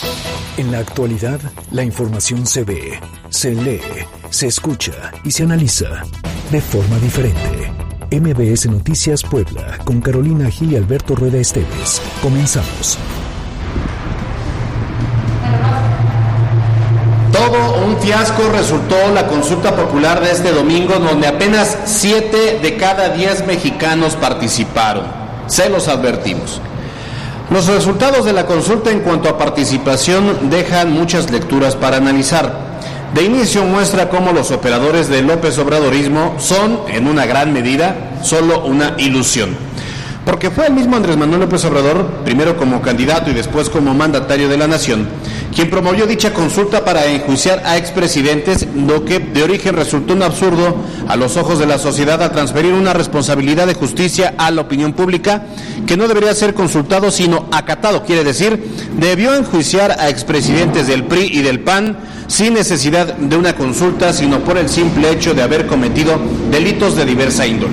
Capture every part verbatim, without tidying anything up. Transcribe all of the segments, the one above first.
En la actualidad, la información se ve, se lee, se escucha y se analiza de forma diferente. M B S Noticias Puebla, con Carolina Gil y Alberto Rueda Esteves. Comenzamos. Todo un fiasco resultó la consulta popular de este domingo, donde apenas siete de cada diez mexicanos participaron. Se los advertimos. Los resultados de la consulta en cuanto a participación dejan muchas lecturas para analizar. De inicio muestra cómo los operadores del López Obradorismo son, en una gran medida, solo una ilusión. Porque fue el mismo Andrés Manuel López Obrador, primero como candidato y después como mandatario de la nación, quien promovió dicha consulta para enjuiciar a expresidentes, lo que de origen resultó un absurdo a los ojos de la sociedad al transferir una responsabilidad de justicia a la opinión pública que no debería ser consultado sino acatado, quiere decir, debió enjuiciar a expresidentes del P R I y del P A N sin necesidad de una consulta, sino por el simple hecho de haber cometido delitos de diversa índole.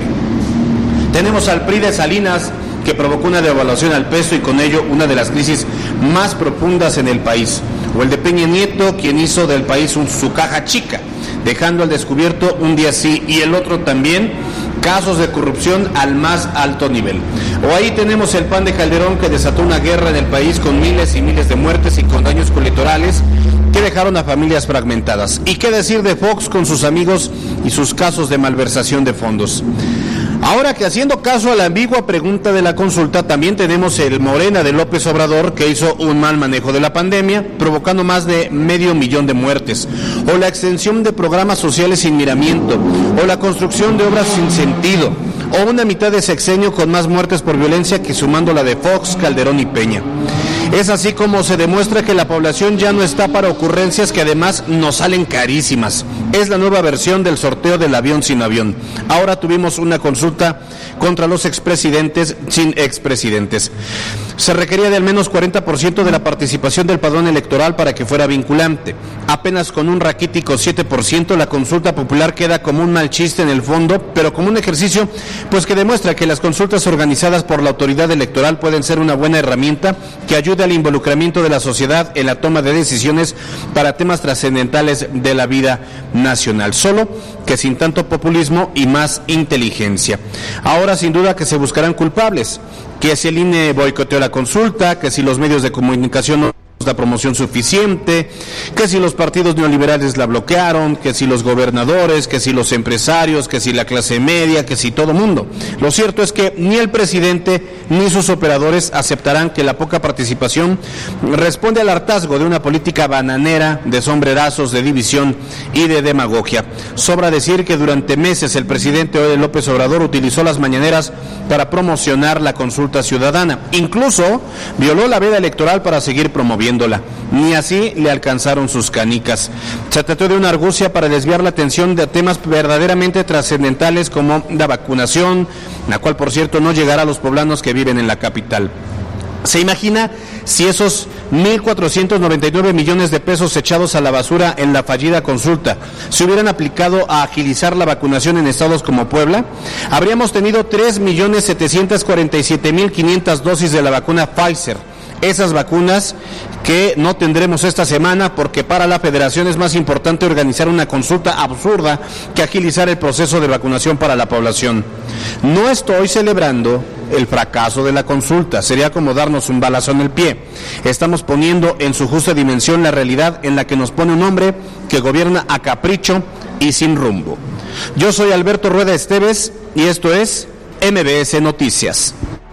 Tenemos al P R I de Salinas, que provocó una devaluación al peso y con ello una de las crisis más profundas en el país. O el de Peña Nieto, quien hizo del país un, su caja chica, dejando al descubierto un día sí y el otro también casos de corrupción al más alto nivel. O ahí tenemos el P A N de Calderón, que desató una guerra en el país con miles y miles de muertes y con daños colaterales que dejaron a familias fragmentadas. ¿Y qué decir de Fox con sus amigos y sus casos de malversación de fondos? Ahora que, haciendo caso a la ambigua pregunta de la consulta, también tenemos el Morena de López Obrador, que hizo un mal manejo de la pandemia, provocando más de medio millón de muertes, o la extensión de programas sociales sin miramiento, o la construcción de obras sin sentido, o una mitad de sexenio con más muertes por violencia que sumando la de Fox, Calderón y Peña. Es así como se demuestra que la población ya no está para ocurrencias que además nos salen carísimas. Es la nueva versión del sorteo del avión sin avión. Ahora tuvimos una consulta contra los expresidentes sin expresidentes. Se requería de al menos cuarenta por ciento de la participación del padrón electoral para que fuera vinculante. Apenas con un raquítico siete por ciento la consulta popular queda como un mal chiste en el fondo, pero como un ejercicio pues que demuestra que las consultas organizadas por la autoridad electoral pueden ser una buena herramienta que ayude al involucramiento de la sociedad en la toma de decisiones para temas trascendentales de la vida nacional, solo que sin tanto populismo y más inteligencia. Ahora sin duda que se buscarán culpables, que si el I N E boicoteó la consulta, que si los medios de comunicación no la promoción suficiente, que si los partidos neoliberales la bloquearon, que si los gobernadores, que si los empresarios, que si la clase media, que si todo mundo. Lo cierto es que ni el presidente ni sus operadores aceptarán que la poca participación responde al hartazgo de una política bananera, de sombrerazos, de división y de demagogia. Sobra decir que durante meses el presidente López Obrador utilizó las mañaneras para promocionar la consulta ciudadana. Incluso violó la veda electoral para seguir promoviendo. Ni así le alcanzaron sus canicas. Se trató de una argucia para desviar la atención de temas verdaderamente trascendentales como la vacunación, la cual por cierto no llegará a los poblanos que viven en la capital. ¿Se imagina si esos mil cuatrocientos noventa y nueve millones de pesos echados a la basura en la fallida consulta se hubieran aplicado a agilizar la vacunación en estados como Puebla? Habríamos tenido tres millones setecientos cuarenta y siete mil quinientas dosis de la vacuna Pfizer. Esas vacunas que no tendremos esta semana porque para la Federación es más importante organizar una consulta absurda que agilizar el proceso de vacunación para la población. No estoy celebrando el fracaso de la consulta, sería como darnos un balazo en el pie. Estamos poniendo en su justa dimensión la realidad en la que nos pone un hombre que gobierna a capricho y sin rumbo. Yo soy Alberto Rueda Esteves y esto es M B S Noticias.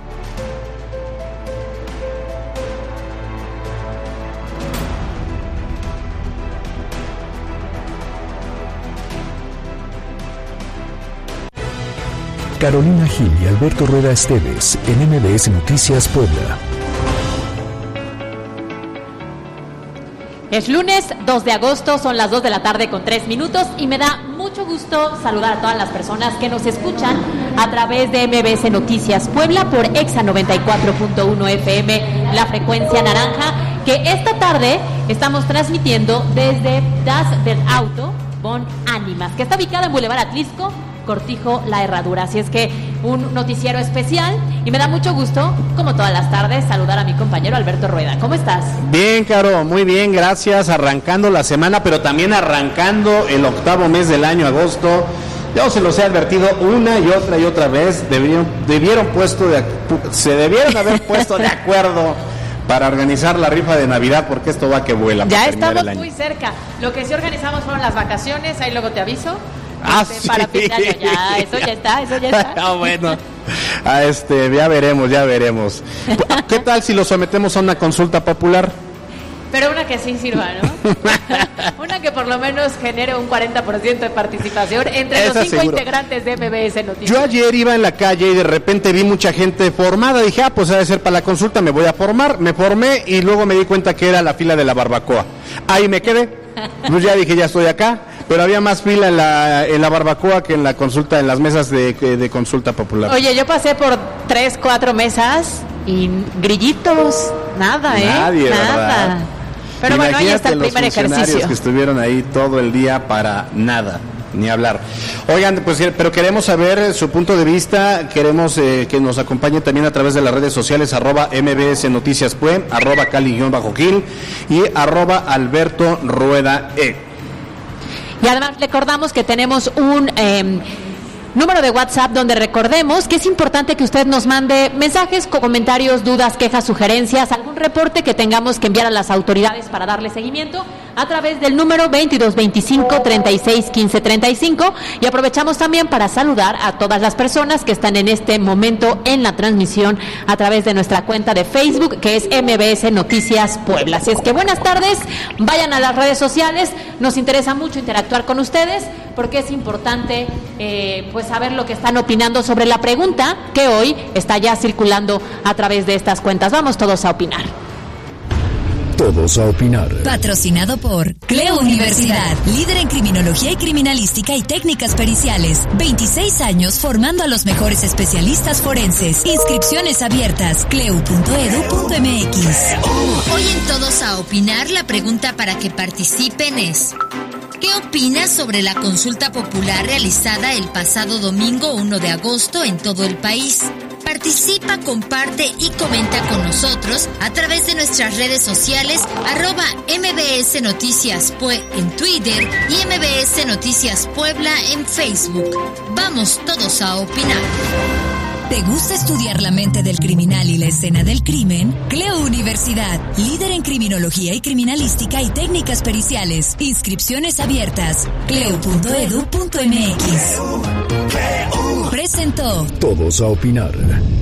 Carolina Gil y Alberto Rueda Esteves en M B S Noticias Puebla. Es lunes dos de agosto, son las dos de la tarde con tres minutos y me da mucho gusto saludar a todas las personas que nos escuchan a través de M B S Noticias Puebla por Exa noventa y cuatro punto uno F M, la frecuencia naranja, que esta tarde estamos transmitiendo desde Das der Auto von Ánimas, que está ubicada en Boulevard Atlisco, Cortijo La Herradura. Así es que un noticiero especial y me da mucho gusto, como todas las tardes, saludar a mi compañero Alberto Rueda. ¿Cómo estás? Bien, Caro, muy bien, gracias. Arrancando la semana, pero también arrancando el octavo mes del año, agosto. Yo se los he advertido una y otra y otra vez, debieron, debieron puesto de, se debieron haber puesto de acuerdo para organizar la rifa de Navidad, porque esto va que vuela. Ya estamos muy cerca. Lo que sí organizamos fueron las vacaciones, ahí luego te aviso. Ah, este, sí. Para fin de año, ya, eso ya está, eso ya está. Ah, bueno, ah, este, ya veremos, ya veremos. ¿Qué tal si lo sometemos a una consulta popular? Pero una que sí sirva, ¿no? Una que por lo menos genere un cuarenta por ciento de participación entre Esa los cinco seguro. integrantes de M B S Noticias. Yo ayer iba en la calle y de repente vi mucha gente formada. Dije, ah, pues debe ser para la consulta, me voy a formar. Me formé y luego me di cuenta que era la fila de la barbacoa. Ahí me quedé. Pues ya dije, ya estoy acá. Pero había más fila en la, en la barbacoa que en la consulta, en las mesas de, de consulta popular. Oye, yo pasé por tres, cuatro mesas y grillitos, nada, ¿eh? Nadie, nada. ¿verdad? Pero bueno, ahí está el primer ejercicio. Que estuvieron ahí todo el día para nada, ni hablar. Oigan, pues, pero queremos saber su punto de vista, queremos eh, que nos acompañe también a través de las redes sociales, arroba M B S Noticias Pue, arroba Cali-Gil y arroba Alberto Rueda E. Y además recordamos que tenemos un eh, número de WhatsApp donde recordemos que es importante que usted nos mande mensajes, comentarios, dudas, quejas, sugerencias, algún reporte que tengamos que enviar a las autoridades para darle seguimiento a través del número veintidós veinticinco treinta y seis quince treinta y cinco. Y aprovechamos también para saludar a todas las personas que están en este momento en la transmisión a través de nuestra cuenta de Facebook, que es M B S Noticias Puebla. Así es que buenas tardes, vayan a las redes sociales, nos interesa mucho interactuar con ustedes porque es importante eh, pues saber lo que están opinando sobre la pregunta que hoy está ya circulando a través de estas cuentas. Vamos todos a opinar. Todos a opinar. Patrocinado por Cleo Universidad, líder en criminología y criminalística y técnicas periciales. veintiséis años formando a los mejores especialistas forenses. Inscripciones abiertas. cleu punto edu punto m x. Hoy en Todos a opinar, la pregunta para que participen es: ¿qué opinas sobre la consulta popular realizada el pasado domingo uno de agosto en todo el país? Participa, comparte y comenta con nosotros a través de nuestras redes sociales, arroba M B S Noticias Pue en Twitter y M B S Noticias Puebla en Facebook. Vamos todos a opinar. ¿Te gusta estudiar la mente del criminal y la escena del crimen? Cleo Universidad, líder en criminología y criminalística y técnicas periciales. Inscripciones abiertas. cleu punto edu punto m x. Presentó Todos a opinar.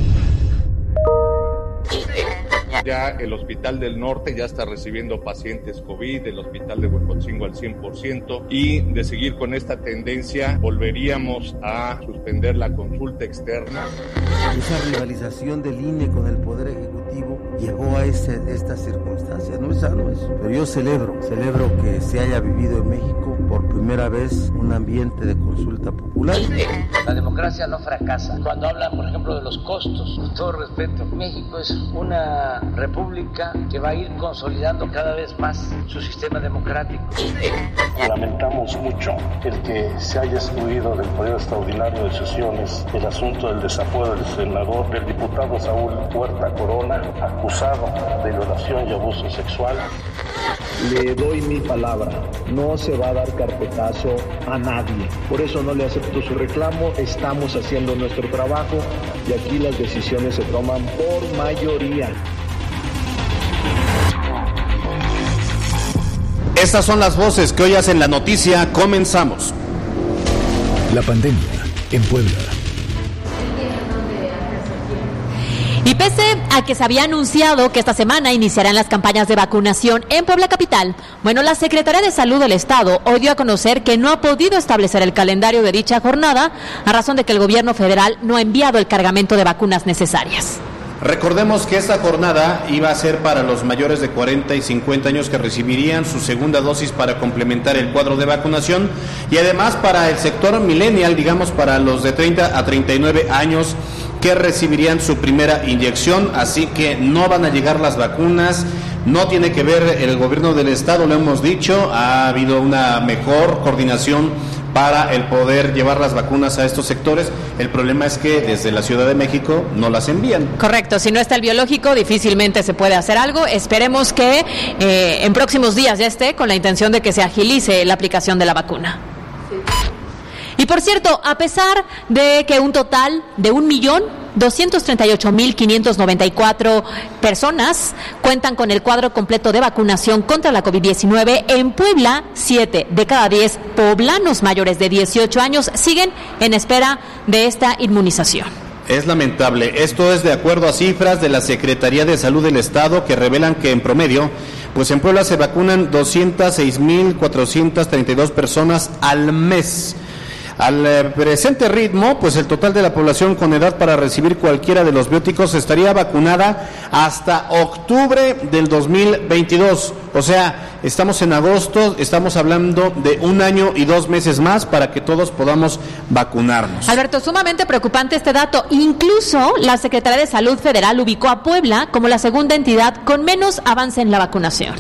Ya el Hospital del Norte ya está recibiendo pacientes COVID, el Hospital de Huejotzingo al cien por ciento, y de seguir con esta tendencia volveríamos a suspender la consulta externa. Esa rivalización del I N E con el Poder Ejecutivo llevó a ese, estas circunstancias. No es sano eso, pero yo celebro, celebro que se haya vivido en México por primera vez un ambiente de consulta popular. La democracia no fracasa. Cuando hablan, por ejemplo, de los costos, con todo respeto, México es una república que va a ir consolidando cada vez más su sistema democrático. Lamentamos mucho el que se haya excluido del periodo extraordinario de sesiones el asunto del desafuero del senador, del diputado Saúl Huerta Corona, acusado de violación y abuso sexual. Le doy mi palabra, no se va a dar carpetazo a nadie. Por eso no le acepto su reclamo, estamos haciendo nuestro trabajo y aquí las decisiones se toman por mayoría. Estas son las voces que hoy hacen la noticia. Comenzamos. La pandemia en Puebla. Y pese a que se había anunciado que esta semana iniciarán las campañas de vacunación en Puebla Capital, bueno, la Secretaría de Salud del Estado hoy dio a conocer que no ha podido establecer el calendario de dicha jornada a razón de que el gobierno federal no ha enviado el cargamento de vacunas necesarias. Recordemos que esta jornada iba a ser para los mayores de cuarenta y cincuenta años que recibirían su segunda dosis para complementar el cuadro de vacunación y además para el sector millennial, digamos para los de treinta a treinta y nueve años que recibirían su primera inyección, así que no van a llegar las vacunas, no tiene que ver el gobierno del estado, lo hemos dicho, ha habido una mejor coordinación para el poder llevar las vacunas a estos sectores. El problema es que desde la Ciudad de México no las envían. Correcto, si no está el biológico difícilmente se puede hacer algo. Esperemos que eh, en próximos días ya esté, con la intención de que se agilice la aplicación de la vacuna. Y por cierto, a pesar de que un total de un millón doscientos treinta y ocho mil quinientos noventa y cuatro personas cuentan con el cuadro completo de vacunación contra la covid diecinueve, en Puebla, siete de cada diez poblanos mayores de dieciocho años siguen en espera de esta inmunización. Es lamentable. Esto es de acuerdo a cifras de la Secretaría de Salud del Estado, que revelan que en promedio, pues en Puebla se vacunan doscientos seis mil cuatrocientos treinta y dos personas al mes. Al eh, presente ritmo, pues el total de la población con edad para recibir cualquiera de los bióticos estaría vacunada hasta octubre del dos mil veintidós. O sea, estamos en agosto, estamos hablando de un año y dos meses más para que todos podamos vacunarnos. Alberto, sumamente preocupante este dato. Incluso la Secretaría de Salud Federal ubicó a Puebla como la segunda entidad con menos avance en la vacunación.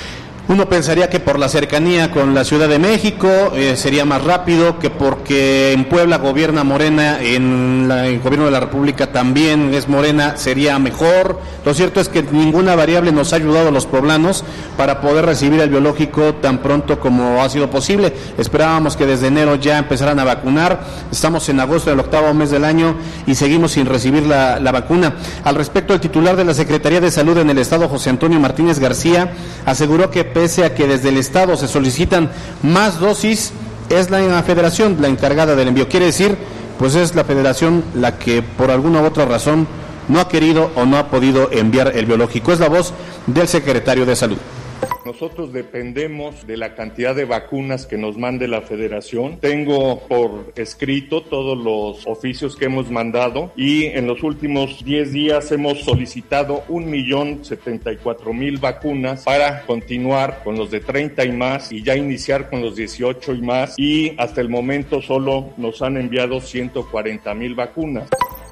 Uno pensaría que por la cercanía con la Ciudad de México eh, sería más rápido, que porque en Puebla gobierna Morena, en la, el gobierno de la República también es Morena, sería mejor. Lo cierto es que ninguna variable nos ha ayudado a los poblanos para poder recibir el biológico tan pronto como ha sido posible. Esperábamos que desde enero ya empezaran a vacunar. Estamos en agosto, el octavo mes del año, y seguimos sin recibir la, la vacuna. Al respecto, el titular de la Secretaría de Salud en el Estado, José Antonio Martínez García, aseguró que pese a que desde el Estado se solicitan más dosis, es la Federación la encargada del envío. Quiere decir, pues es la Federación la que por alguna u otra razón no ha querido o no ha podido enviar el biológico. Es la voz del secretario de Salud. Nosotros dependemos de la cantidad de vacunas que nos mande la Federación. Tengo por escrito todos los oficios que hemos mandado y en los últimos diez días hemos solicitado un millón setenta y cuatro mil vacunas para continuar con los de treinta y más y ya iniciar con los dieciocho y más, y hasta el momento solo nos han enviado ciento cuarenta mil vacunas.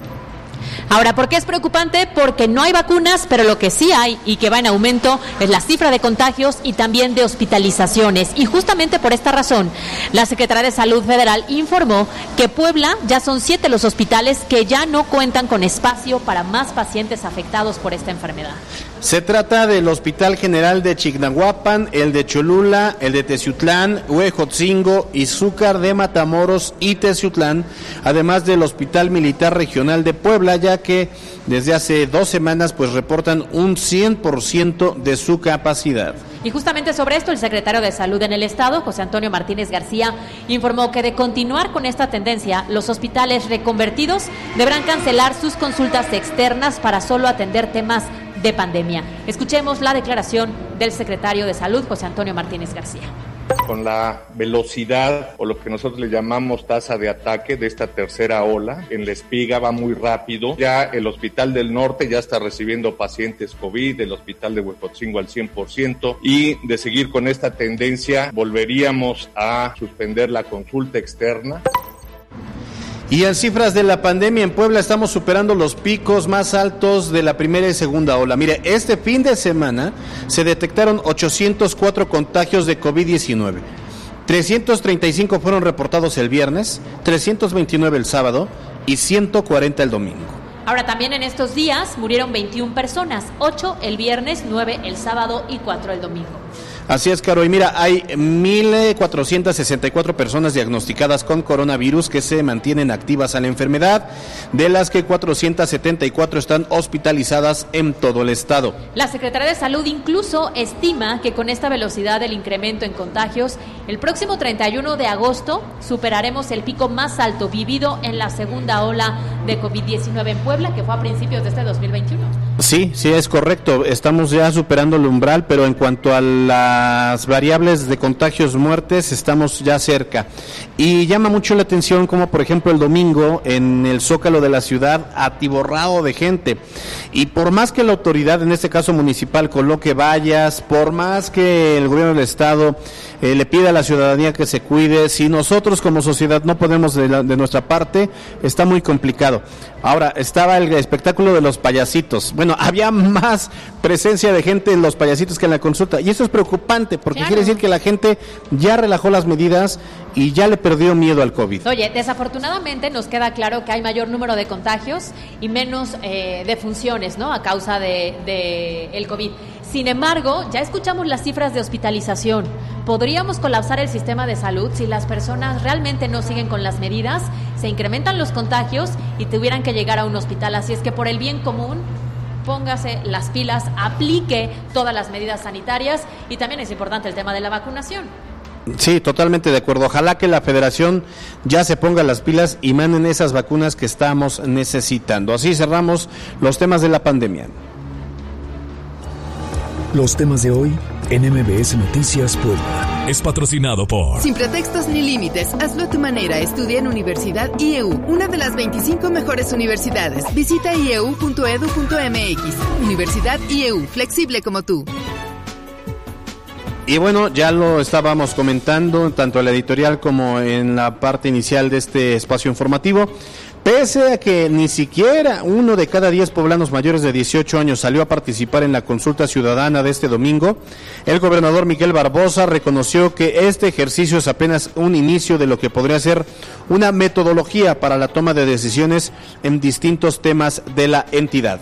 Ahora, ¿por qué es preocupante? Porque no hay vacunas, pero lo que sí hay y que va en aumento es la cifra de contagios y también de hospitalizaciones. Y justamente por esta razón, la Secretaría de Salud Federal informó que Puebla ya son siete los hospitales que ya no cuentan con espacio para más pacientes afectados por esta enfermedad. Se trata del Hospital General de Chignahuapan, el de Cholula, el de Teciutlán, Huejotzingo, Izúcar de Matamoros y Teciutlán, además del Hospital Militar Regional de Puebla, ya que desde hace dos semanas pues reportan un cien por ciento de su capacidad. Y justamente sobre esto, el secretario de Salud en el Estado, José Antonio Martínez García, informó que de continuar con esta tendencia, los hospitales reconvertidos deberán cancelar sus consultas externas para solo atender temas de pandemia. Escuchemos la declaración del secretario de Salud, José Antonio Martínez García. Con la velocidad o lo que nosotros le llamamos tasa de ataque de esta tercera ola, en la espiga va muy rápido. Ya el Hospital del Norte ya está recibiendo pacientes COVID, el Hospital de Huejotzingo al cien por ciento, y de seguir con esta tendencia volveríamos a suspender la consulta externa. Y en cifras de la pandemia en Puebla estamos superando los picos más altos de la primera y segunda ola. Mire, este fin de semana se detectaron ochocientos cuatro contagios de covid diecinueve. trescientos treinta y cinco fueron reportados el viernes, trescientos veintinueve el sábado y ciento cuarenta el domingo. Ahora, también en estos días murieron veintiuna personas, ocho el viernes, nueve el sábado y cuatro el domingo. Así es, Caro, y mira, hay mil cuatrocientas sesenta y cuatro personas diagnosticadas con coronavirus que se mantienen activas a la enfermedad, de las que cuatrocientas setenta y cuatro están hospitalizadas en todo el estado. La Secretaría de Salud incluso estima que con esta velocidad del incremento en contagios, el próximo treinta y uno de agosto superaremos el pico más alto vivido en la segunda ola de covid diecinueve en Puebla, que fue a principios de este dos mil veintiuno. Sí, sí, es correcto, estamos ya superando el umbral, pero en cuanto a las variables de contagios, muertes, estamos ya cerca. Y llama mucho la atención como, por ejemplo, el domingo en el Zócalo de la ciudad, atiborrado de gente. Y por más que la autoridad, en este caso municipal, coloque vallas, por más que el gobierno del estado eh, le pida a la ciudadanía que se cuide, si nosotros como sociedad no podemos de, la, de nuestra parte, está muy complicado. lado. Ahora, estaba el espectáculo de los payasitos. Bueno, había más presencia de gente en los payasitos que en la consulta. Y eso es preocupante, porque claro, quiere decir que la gente ya relajó las medidas y ya le perdió miedo al COVID. Oye, desafortunadamente nos queda claro que hay mayor número de contagios y menos eh, defunciones, ¿no?, a causa de, de el COVID. Sin embargo, ya escuchamos las cifras de hospitalización. Podríamos colapsar el sistema de salud si las personas realmente no siguen con las medidas, se incrementan los contagios y tuvieran que llegar a un hospital. Así es que por el bien común, póngase las pilas, aplique todas las medidas sanitarias y también es importante el tema de la vacunación. Sí, totalmente de acuerdo. Ojalá que la Federación ya se ponga las pilas y manden esas vacunas que estamos necesitando. Así cerramos los temas de la pandemia. Los temas de hoy en M B S Noticias Puebla. Es patrocinado por... Sin pretextos ni límites, hazlo a tu manera. Estudia en Universidad I E U, una de las veinticinco mejores universidades. Visita i e u punto e d u punto m x. Universidad I E U, flexible como tú. Y bueno, ya lo estábamos comentando, tanto en la editorial como en la parte inicial de este espacio informativo. Pese a que ni siquiera uno de cada diez poblanos mayores de dieciocho años salió a participar en la consulta ciudadana de este domingo, el gobernador Miguel Barbosa reconoció que este ejercicio es apenas un inicio de lo que podría ser una metodología para la toma de decisiones en distintos temas de la entidad.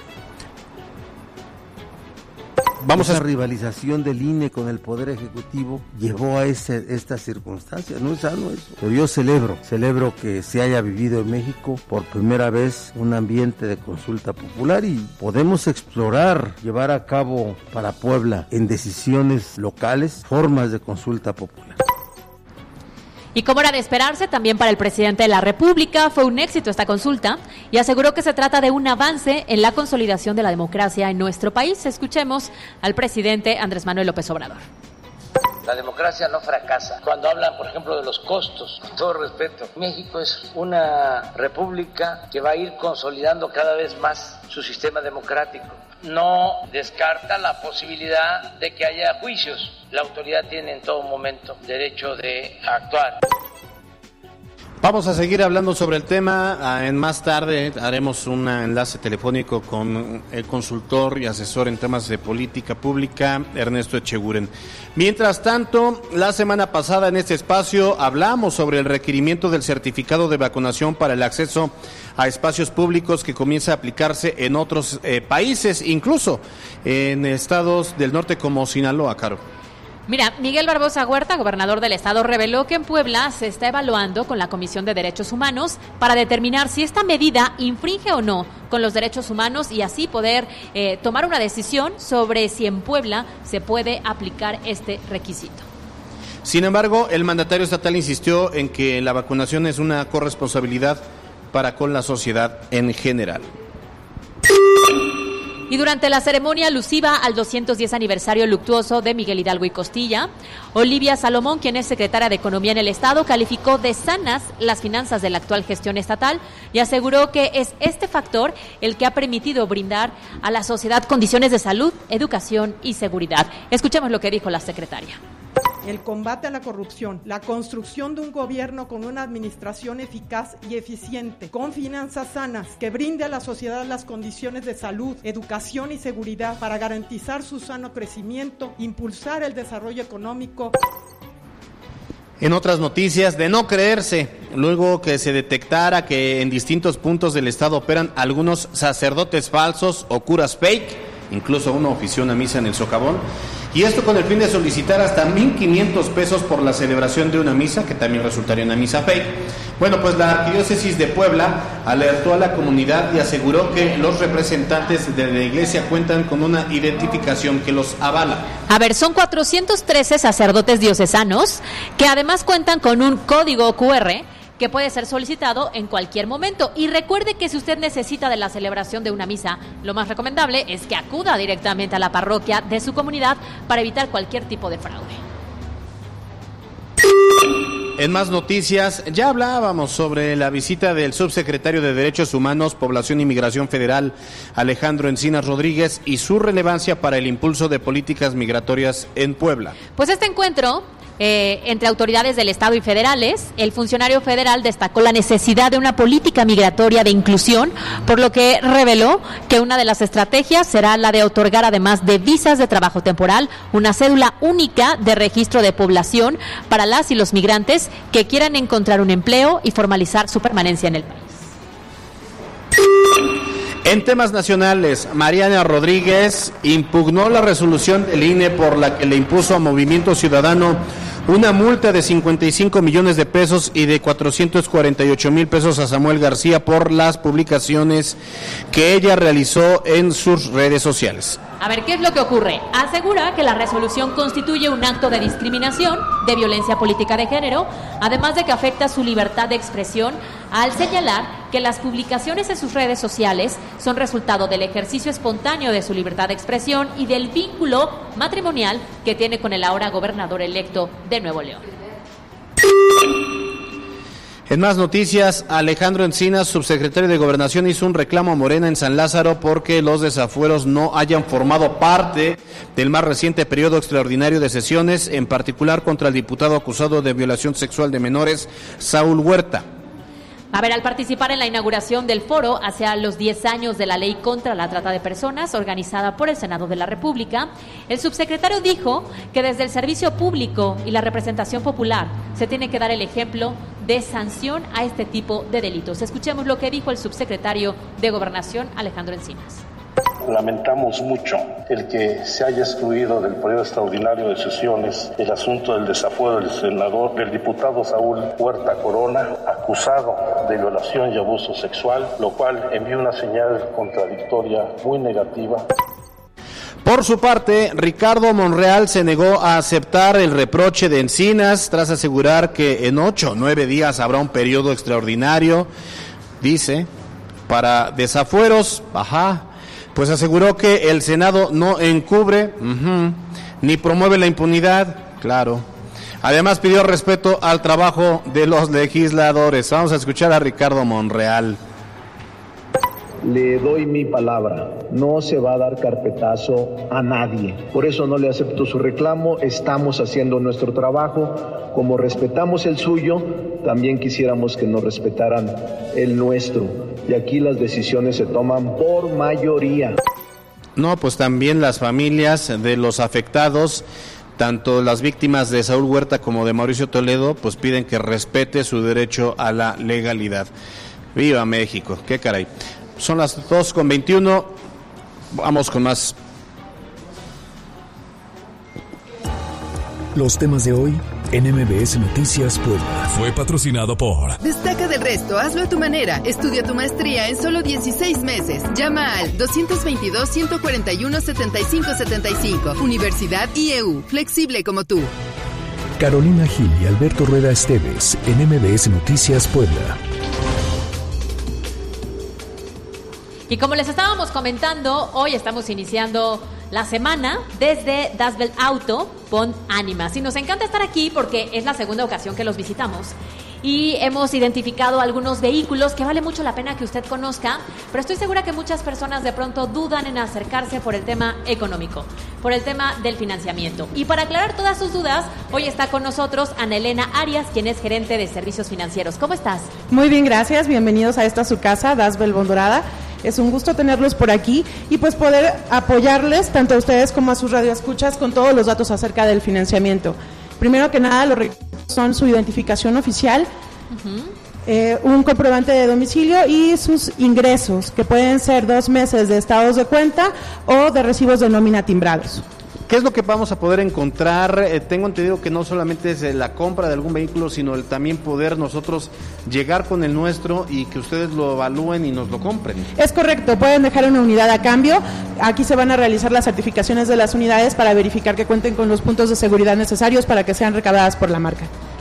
Vamos Esa a... rivalización del I N E con el Poder Ejecutivo llevó a ese, esta circunstancia. No es sano eso. Pero yo celebro, celebro que se haya vivido en México por primera vez un ambiente de consulta popular y podemos explorar, llevar a cabo para Puebla en decisiones locales formas de consulta popular. Y como era de esperarse, también para el presidente de la República fue un éxito esta consulta y aseguró que se trata de un avance en la consolidación de la democracia en nuestro país. Escuchemos al presidente Andrés Manuel López Obrador. La democracia no fracasa. Cuando hablan, por ejemplo, de los costos, con todo respeto, México es una república que va a ir consolidando cada vez más su sistema democrático. No descarta la posibilidad de que haya juicios. La autoridad tiene en todo momento derecho de actuar. Vamos a seguir hablando sobre el tema. En más tarde haremos un enlace telefónico con el consultor y asesor en temas de política pública, Ernesto Echeguren. Mientras tanto, la semana pasada en este espacio hablamos sobre el requerimiento del certificado de vacunación para el acceso a espacios públicos que comienza a aplicarse en otros eh, países, incluso en estados del norte como Sinaloa, Caro. Mira, Miguel Barbosa Huerta, gobernador del estado, reveló que en Puebla se está evaluando con la Comisión de Derechos Humanos para determinar si esta medida infringe o no con los derechos humanos y así poder eh, tomar una decisión sobre si en Puebla se puede aplicar este requisito. Sin embargo, el mandatario estatal insistió en que la vacunación es una corresponsabilidad para con la sociedad en general. Y durante la ceremonia alusiva al doscientos diez aniversario luctuoso de Miguel Hidalgo y Costilla, Olivia Salomón, quien es secretaria de Economía en el Estado, calificó de sanas las finanzas de la actual gestión estatal y aseguró que es este factor el que ha permitido brindar a la sociedad condiciones de salud, educación y seguridad. Escuchemos lo que dijo la secretaria. El combate a la corrupción, la construcción de un gobierno con una administración eficaz y eficiente, con finanzas sanas, que brinde a la sociedad las condiciones de salud, educación y seguridad para garantizar su sano crecimiento, impulsar el desarrollo económico. En otras noticias, de no creerse, luego que se detectara que en distintos puntos del estado operan algunos sacerdotes falsos o curas fake, incluso uno ofició una misa en el socavón, y esto con el fin de solicitar hasta mil quinientos pesos por la celebración de una misa, que también resultaría una misa fake. Bueno, pues la Arquidiócesis de Puebla alertó a la comunidad y aseguró que los representantes de la iglesia cuentan con una identificación que los avala. A ver, son cuatrocientos trece sacerdotes diocesanos que además cuentan con un código cu erre que puede ser solicitado en cualquier momento. Y recuerde que si usted necesita de la celebración de una misa, lo más recomendable es que acuda directamente a la parroquia de su comunidad para evitar cualquier tipo de fraude. En más noticias, ya hablábamos sobre la visita del subsecretario de Derechos Humanos, Población y Migración Federal, Alejandro Encinas Rodríguez, y su relevancia para el impulso de políticas migratorias en Puebla. Pues este encuentro Eh, entre autoridades del Estado y federales, el funcionario federal destacó la necesidad de una política migratoria de inclusión, por lo que reveló que una de las estrategias será la de otorgar, además de visas de trabajo temporal, una cédula única de registro de población para las y los migrantes que quieran encontrar un empleo y formalizar su permanencia en el país. En temas nacionales, Mariana Rodríguez impugnó la resolución del I N E por la que le impuso a Movimiento Ciudadano una multa de cincuenta y cinco millones de pesos y de cuatrocientos cuarenta y ocho mil pesos a Samuel García por las publicaciones que ella realizó en sus redes sociales. A ver, ¿qué es lo que ocurre? Asegura que la resolución constituye un acto de discriminación, de violencia política de género, además de que afecta su libertad de expresión, al señalar que las publicaciones en sus redes sociales son resultado del ejercicio espontáneo de su libertad de expresión y del vínculo matrimonial que tiene con el ahora gobernador electo de Nuevo León. En más noticias, Alejandro Encinas, subsecretario de Gobernación, hizo un reclamo a Morena en San Lázaro porque los desafueros no hayan formado parte del más reciente periodo extraordinario de sesiones, en particular contra el diputado acusado de violación sexual de menores, Saúl Huerta. A ver, al participar en la inauguración del foro hacia los diez años de la ley contra la trata de personas, organizada por el Senado de la República, el subsecretario dijo que desde el servicio público y la representación popular se tiene que dar el ejemplo de sanción a este tipo de delitos. Escuchemos lo que dijo el subsecretario de Gobernación, Alejandro Encinas. Lamentamos mucho el que se haya excluido del periodo extraordinario de sesiones el asunto del desafuero del senador, del diputado Saúl Huerta Corona, acusado de violación y abuso sexual, lo cual envía una señal contradictoria muy negativa. Por su parte, Ricardo Monreal se negó a aceptar el reproche de Encinas tras asegurar que en ocho o nueve días habrá un periodo extraordinario, dice, para desafueros, ajá. Pues aseguró que el Senado no encubre uh-huh, ni promueve la impunidad, claro. Además pidió respeto al trabajo de los legisladores. Vamos a escuchar a Ricardo Monreal. Le doy mi palabra, no se va a dar carpetazo a nadie. Por eso no le acepto su reclamo, estamos haciendo nuestro trabajo. Como respetamos el suyo, también quisiéramos que nos respetaran el nuestro. Y aquí las decisiones se toman por mayoría. No, pues también las familias de los afectados, tanto las víctimas de Saúl Huerta como de Mauricio Toledo, pues piden que respete su derecho a la legalidad. ¡Viva México! ¡Qué caray! Son las dos con veintiuno, vamos con más. Los temas de hoy en M B S Noticias Puebla. Fue patrocinado por... Destaca del resto, hazlo a tu manera. Estudia tu maestría en solo dieciséis meses. Llama al dos dos dos, uno cuatro uno, siete cinco siete cinco. Universidad I E U, flexible como tú. Carolina Gil y Alberto Rueda Esteves en M B S Noticias Puebla. Y como les estábamos comentando, hoy estamos iniciando la semana desde Das Welt Auto, pon ánimas. Y nos encanta estar aquí porque es la segunda ocasión que los visitamos. Y hemos identificado algunos vehículos que vale mucho la pena que usted conozca, pero estoy segura que muchas personas de pronto dudan en acercarse por el tema económico, por el tema del financiamiento. Y para aclarar todas sus dudas, hoy está con nosotros Ana Elena Arias, quien es gerente de servicios financieros. ¿Cómo estás? Muy bien, gracias. Bienvenidos a esta su casa, Das Welt Bondorada. Es un gusto tenerlos por aquí y pues poder apoyarles tanto a ustedes como a sus radioescuchas con todos los datos acerca del financiamiento. Primero que nada, los requisitos son su identificación oficial, uh-huh. eh, un comprobante de domicilio y sus ingresos, que pueden ser dos meses de estados de cuenta o de recibos de nómina timbrados. ¿Qué es lo que vamos a poder encontrar? Eh, tengo entendido que no solamente es la compra de algún vehículo, sino el también poder nosotros llegar con el nuestro y que ustedes lo evalúen y nos lo compren. Es correcto, pueden dejar una unidad a cambio. Aquí se van a realizar las certificaciones de las unidades para verificar que cuenten con los puntos de seguridad necesarios para que sean recabadas por la marca.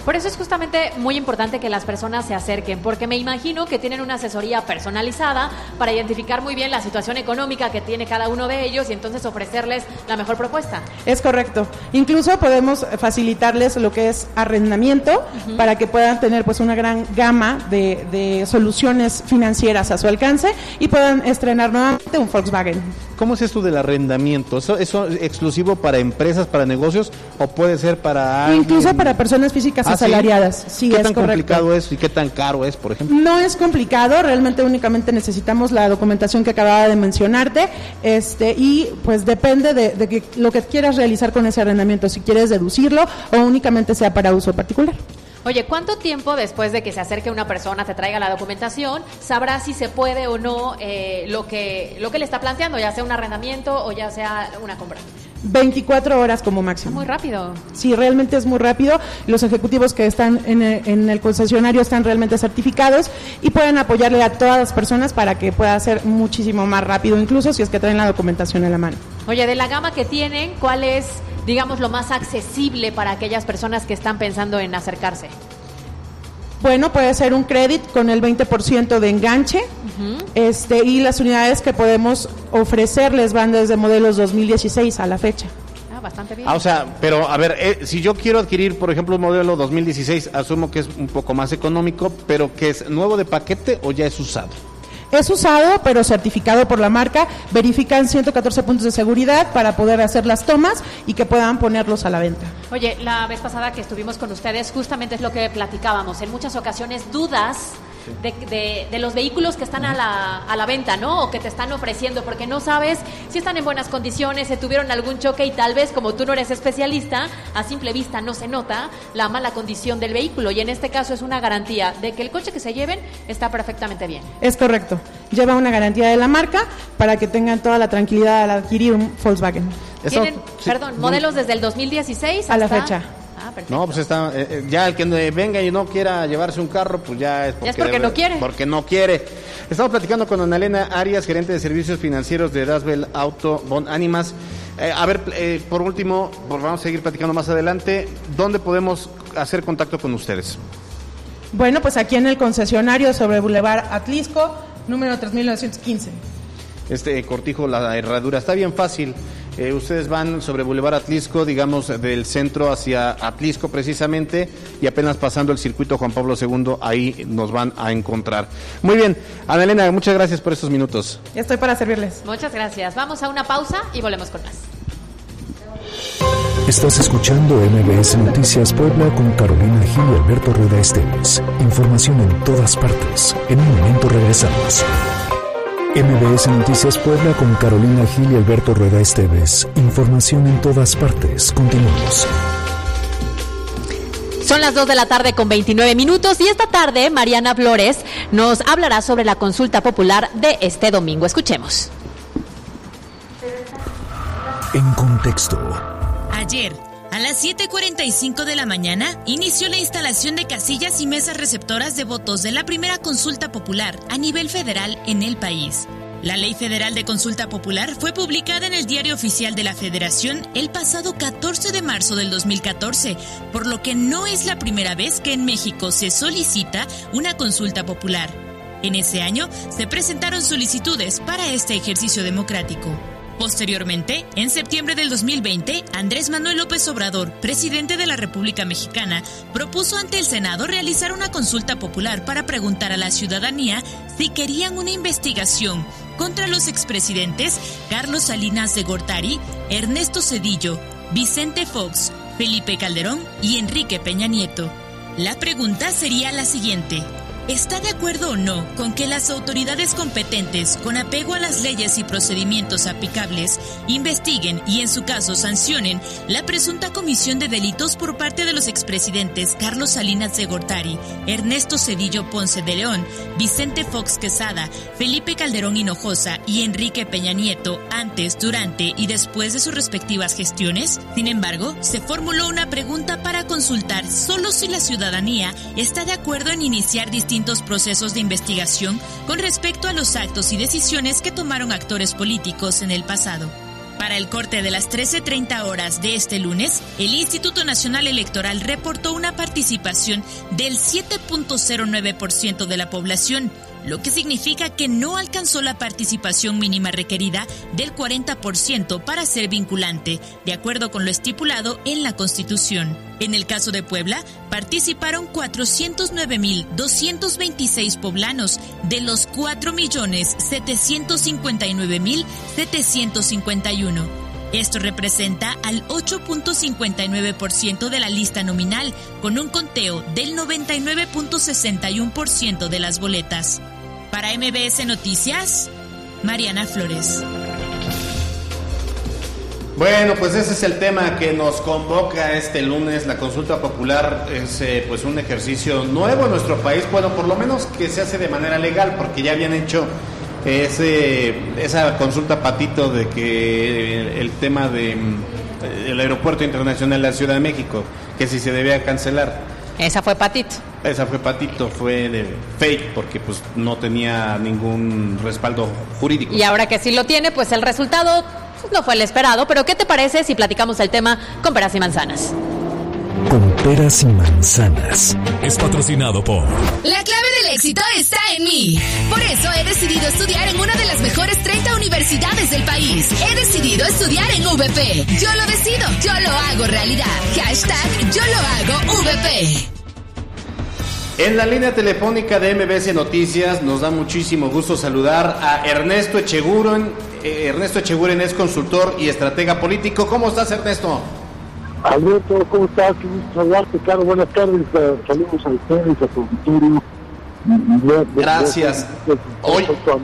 Por eso es justamente muy importante que las personas se acerquen, porque me imagino que tienen una asesoría personalizada para identificar muy bien la situación económica que tiene cada uno de ellos y entonces ofrecerles la mejor propuesta. Es correcto. Incluso podemos facilitarles lo que es arrendamiento uh-huh. para que puedan tener pues una gran gama de, de soluciones financieras a su alcance y puedan estrenar nuevamente un Volkswagen. ¿Cómo es esto del arrendamiento? ¿Eso, eso es exclusivo para empresas, para negocios o puede ser para alguien? Incluso para personas físicas ¿Ah, asalariadas. Sí, sí ¿Qué es tan correcto. complicado es y qué tan caro es, por ejemplo? No es complicado, realmente únicamente necesitamos la documentación que acababa de mencionarte, este y pues depende de, de que, lo que quieras realizar con ese arrendamiento, si quieres deducirlo o únicamente sea para uso particular. Oye, ¿cuánto tiempo después de que se acerque una persona, te traiga la documentación, sabrás si se puede o no eh, lo que lo que le está planteando, ya sea un arrendamiento o ya sea una compra? veinticuatro horas como máximo. Muy rápido. Sí, realmente es muy rápido. Los ejecutivos que están en el, en el concesionario están realmente certificados y pueden apoyarle a todas las personas para que pueda ser muchísimo más rápido, incluso si es que traen la documentación en la mano. Oye, de la gama que tienen, ¿cuál es, digamos, lo más accesible para aquellas personas que están pensando en acercarse? Bueno, puede ser un crédito con el veinte por ciento de enganche, uh-huh. este y las unidades que podemos ofrecerles van desde modelos dos mil dieciséis a la fecha. Ah, bastante bien. Ah, o sea, pero a ver, eh, si yo quiero adquirir, por ejemplo, un modelo dos mil dieciséis, asumo que es un poco más económico, pero que es nuevo de paquete o ya es usado. Es usado, pero certificado por la marca. Verifican ciento catorce puntos de seguridad para poder hacer las tomas y que puedan ponerlos a la venta. Oye, la vez pasada que estuvimos con ustedes, justamente es lo que platicábamos. En muchas ocasiones dudas de, de, de los vehículos que están a la, a la venta, ¿no? O que te están ofreciendo, porque no sabes si están en buenas condiciones, si tuvieron algún choque y tal vez, como tú no eres especialista, a simple vista no se nota la mala condición del vehículo. Y en este caso es una garantía de que el coche que se lleven está perfectamente bien. Es correcto. Lleva una garantía de la marca para que tengan toda la tranquilidad al adquirir un Volkswagen. Tienen, sí, perdón, modelos desde el dos mil dieciséis hasta... a la fecha. Ah, perfecto. No, pues está, eh, ya el que venga y no quiera llevarse un carro, pues ya es porque, ya es porque debe, no quiere. Porque no quiere. Estamos platicando con Ana Elena Arias, gerente de servicios financieros de Dasbel Auto Bon Ánimas. Eh, a ver, eh, por último, pues vamos a seguir platicando más adelante. ¿Dónde podemos hacer contacto con ustedes? Bueno, pues aquí en el concesionario sobre Boulevard Atlisco, número tres mil novecientos quince. Este Cortijo, la herradura, está bien fácil. Eh, ustedes van sobre Boulevard Atlisco, digamos, del centro hacia Atlisco precisamente, y apenas pasando el circuito Juan Pablo segundo, ahí nos van a encontrar. Muy bien, Ana Elena, muchas gracias por estos minutos. Estoy para servirles. Muchas gracias. Vamos a una pausa y volvemos con más. Estás escuchando M B S Noticias Puebla con Carolina Gil y Alberto Rueda Esteves. Información en todas partes. En un momento regresamos. M B S Noticias Puebla con Carolina Gil y Alberto Rueda Esteves. Información en todas partes. Continuamos. Son las dos de la tarde con veintinueve minutos y esta tarde Mariana Flores nos hablará sobre la consulta popular de este domingo. Escuchemos. En contexto. Ayer, a las siete cuarenta y cinco de la mañana, inició la instalación de casillas y mesas receptoras de votos de la primera consulta popular a nivel federal en el país. La Ley Federal de Consulta Popular fue publicada en el Diario Oficial de la Federación el pasado catorce de marzo del dos mil catorce, por lo que no es la primera vez que en México se solicita una consulta popular. En ese año se presentaron solicitudes para este ejercicio democrático. Posteriormente, en septiembre del dos mil veinte, Andrés Manuel López Obrador, presidente de la República Mexicana, propuso ante el Senado realizar una consulta popular para preguntar a la ciudadanía si querían una investigación contra los expresidentes Carlos Salinas de Gortari, Ernesto Zedillo, Vicente Fox, Felipe Calderón y Enrique Peña Nieto. La pregunta sería la siguiente: ¿está de acuerdo o no con que las autoridades competentes, con apego a las leyes y procedimientos aplicables, investiguen y en su caso sancionen la presunta comisión de delitos por parte de los expresidentes Carlos Salinas de Gortari, Ernesto Zedillo Ponce de León, Vicente Fox Quesada, Felipe Calderón Hinojosa y Enrique Peña Nieto antes, durante y después de sus respectivas gestiones? Sin embargo, se formuló una pregunta para consultar solo si la ciudadanía está de acuerdo en iniciar distintos procesos de investigación con respecto a los actos y decisiones que tomaron actores políticos en el pasado. Para el corte de las trece treinta horas de este lunes, el Instituto Nacional Electoral reportó una participación del siete punto cero nueve por ciento de la población, lo que significa que no alcanzó la participación mínima requerida del cuarenta por ciento para ser vinculante, de acuerdo con lo estipulado en la Constitución. En el caso de Puebla, participaron cuatrocientos nueve mil doscientos veintiséis poblanos de los cuatro millones setecientos cincuenta y nueve mil setecientos cincuenta y uno. Esto representa al ocho punto cincuenta y nueve por ciento de la lista nominal, con un conteo del noventa y nueve punto sesenta y uno por ciento de las boletas. Para M B S Noticias, Mariana Flores. Bueno, pues ese es el tema que nos convoca este lunes. La consulta popular es eh, pues un ejercicio nuevo en nuestro país, bueno, por lo menos que se hace de manera legal, porque ya habían hecho ese esa consulta patito de que el, el tema de el aeropuerto internacional de la Ciudad de México, que si se debía cancelar. Esa fue patito. Esa fue patito, fue de fake, porque pues no tenía ningún respaldo jurídico. Y ahora que sí lo tiene, pues el resultado no fue el esperado, pero ¿qué te parece si platicamos el tema con peras y manzanas? Con peras y manzanas. Es patrocinado por... La clave del éxito está en mí. Por eso he decidido estudiar en una de las mejores treinta universidades del país. He decidido estudiar en U V P. Yo lo decido, yo lo hago realidad. Hashtag yo lo hago U V P. En la línea telefónica de M B S Noticias nos da muchísimo gusto saludar a Ernesto Echeguren. Eh, Ernesto Echeguren es consultor y estratega político. ¿Cómo estás, Ernesto? Alberto, ¿cómo estás? Qué gusto saludarte, claro. Buenas tardes, uh, saludos a ustedes, a tu auditorio. Gracias. Hoy...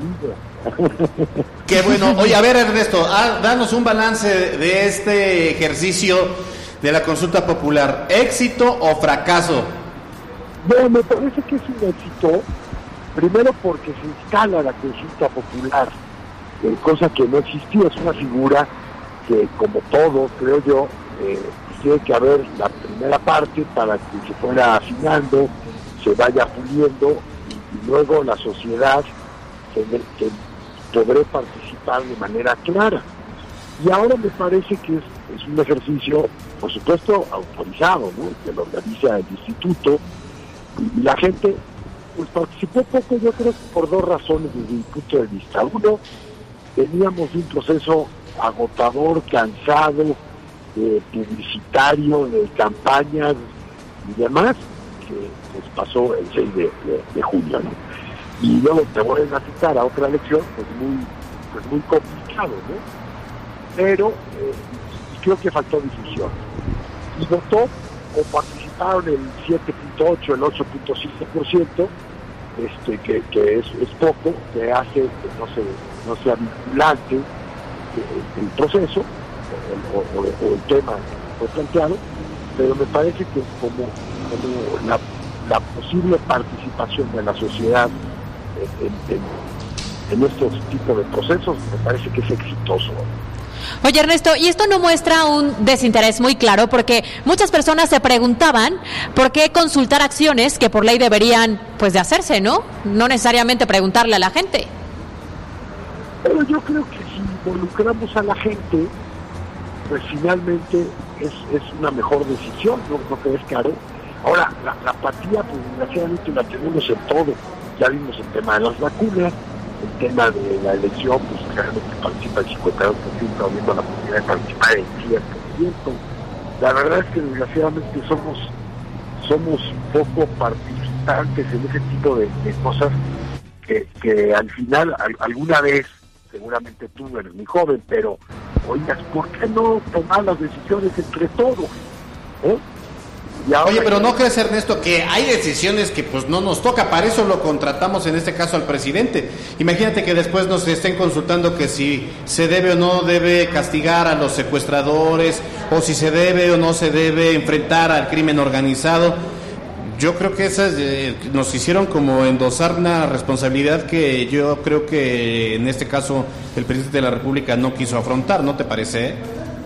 Qué bueno. Oye, a ver, Ernesto, ah, danos un balance de este ejercicio de la consulta popular. ¿Éxito o fracaso? Bueno, me parece que es un éxito, primero porque se instala la consulta popular, eh, cosa que no existía. Es una figura que, como todo, creo yo, eh, tiene que haber la primera parte para que se fuera afinando, se vaya puliendo, y, y luego la sociedad se, se podré participar de manera clara. Y ahora me parece que es, es un ejercicio, por supuesto, autorizado, ¿no?, que lo organiza el instituto. Y la gente pues participó poco, yo creo que por dos razones desde mi punto de vista. Uno, veníamos de un proceso agotador, cansado, eh, publicitario, de campañas y demás, que pues pasó el seis de, de, de junio, ¿no? Y luego te voy a citar a otra elección, pues muy, pues muy complicado, ¿no? Pero eh, creo que faltó difusión. Y votó o participaron el siete punto ocho, el ocho punto siete por ciento, este, que, que es, es poco, que hace que no, se, no sea vinculante el, el proceso o, o, o el tema que fue planteado, pero me parece que como, como la, la posible participación de la sociedad en, en, en estos tipos de procesos, me parece que es exitoso. Oye, Ernesto, y esto no muestra un desinterés muy claro, porque muchas personas se preguntaban por qué consultar acciones que por ley deberían pues de hacerse, ¿no? No necesariamente preguntarle a la gente. Pero yo creo que si involucramos a la gente, pues finalmente es, es una mejor decisión, ¿no, no crees, Caro? Ahora, la, la apatía, pues desgraciadamente la tenemos en todo. Ya vimos el tema de las vacunas, el tema de la elección, pues realmente participa el cincuenta y dos por ciento, habiendo la posibilidad de participar en diez por ciento. La verdad es que desgraciadamente somos somos poco participantes en ese tipo de, de cosas que, que al final, al, alguna vez, seguramente tú eres muy joven, pero oigas, ¿por qué no tomar las decisiones entre todos? ¿Eh? Oye, pero ¿no crees, Ernesto, que hay decisiones que pues no nos toca? Para eso lo contratamos en este caso al presidente. Imagínate que después nos estén consultando que si se debe o no debe castigar a los secuestradores, o si se debe o no se debe enfrentar al crimen organizado. Yo creo que esas eh, nos hicieron como endosar una responsabilidad que yo creo que en este caso el presidente de la República no quiso afrontar, ¿no te parece?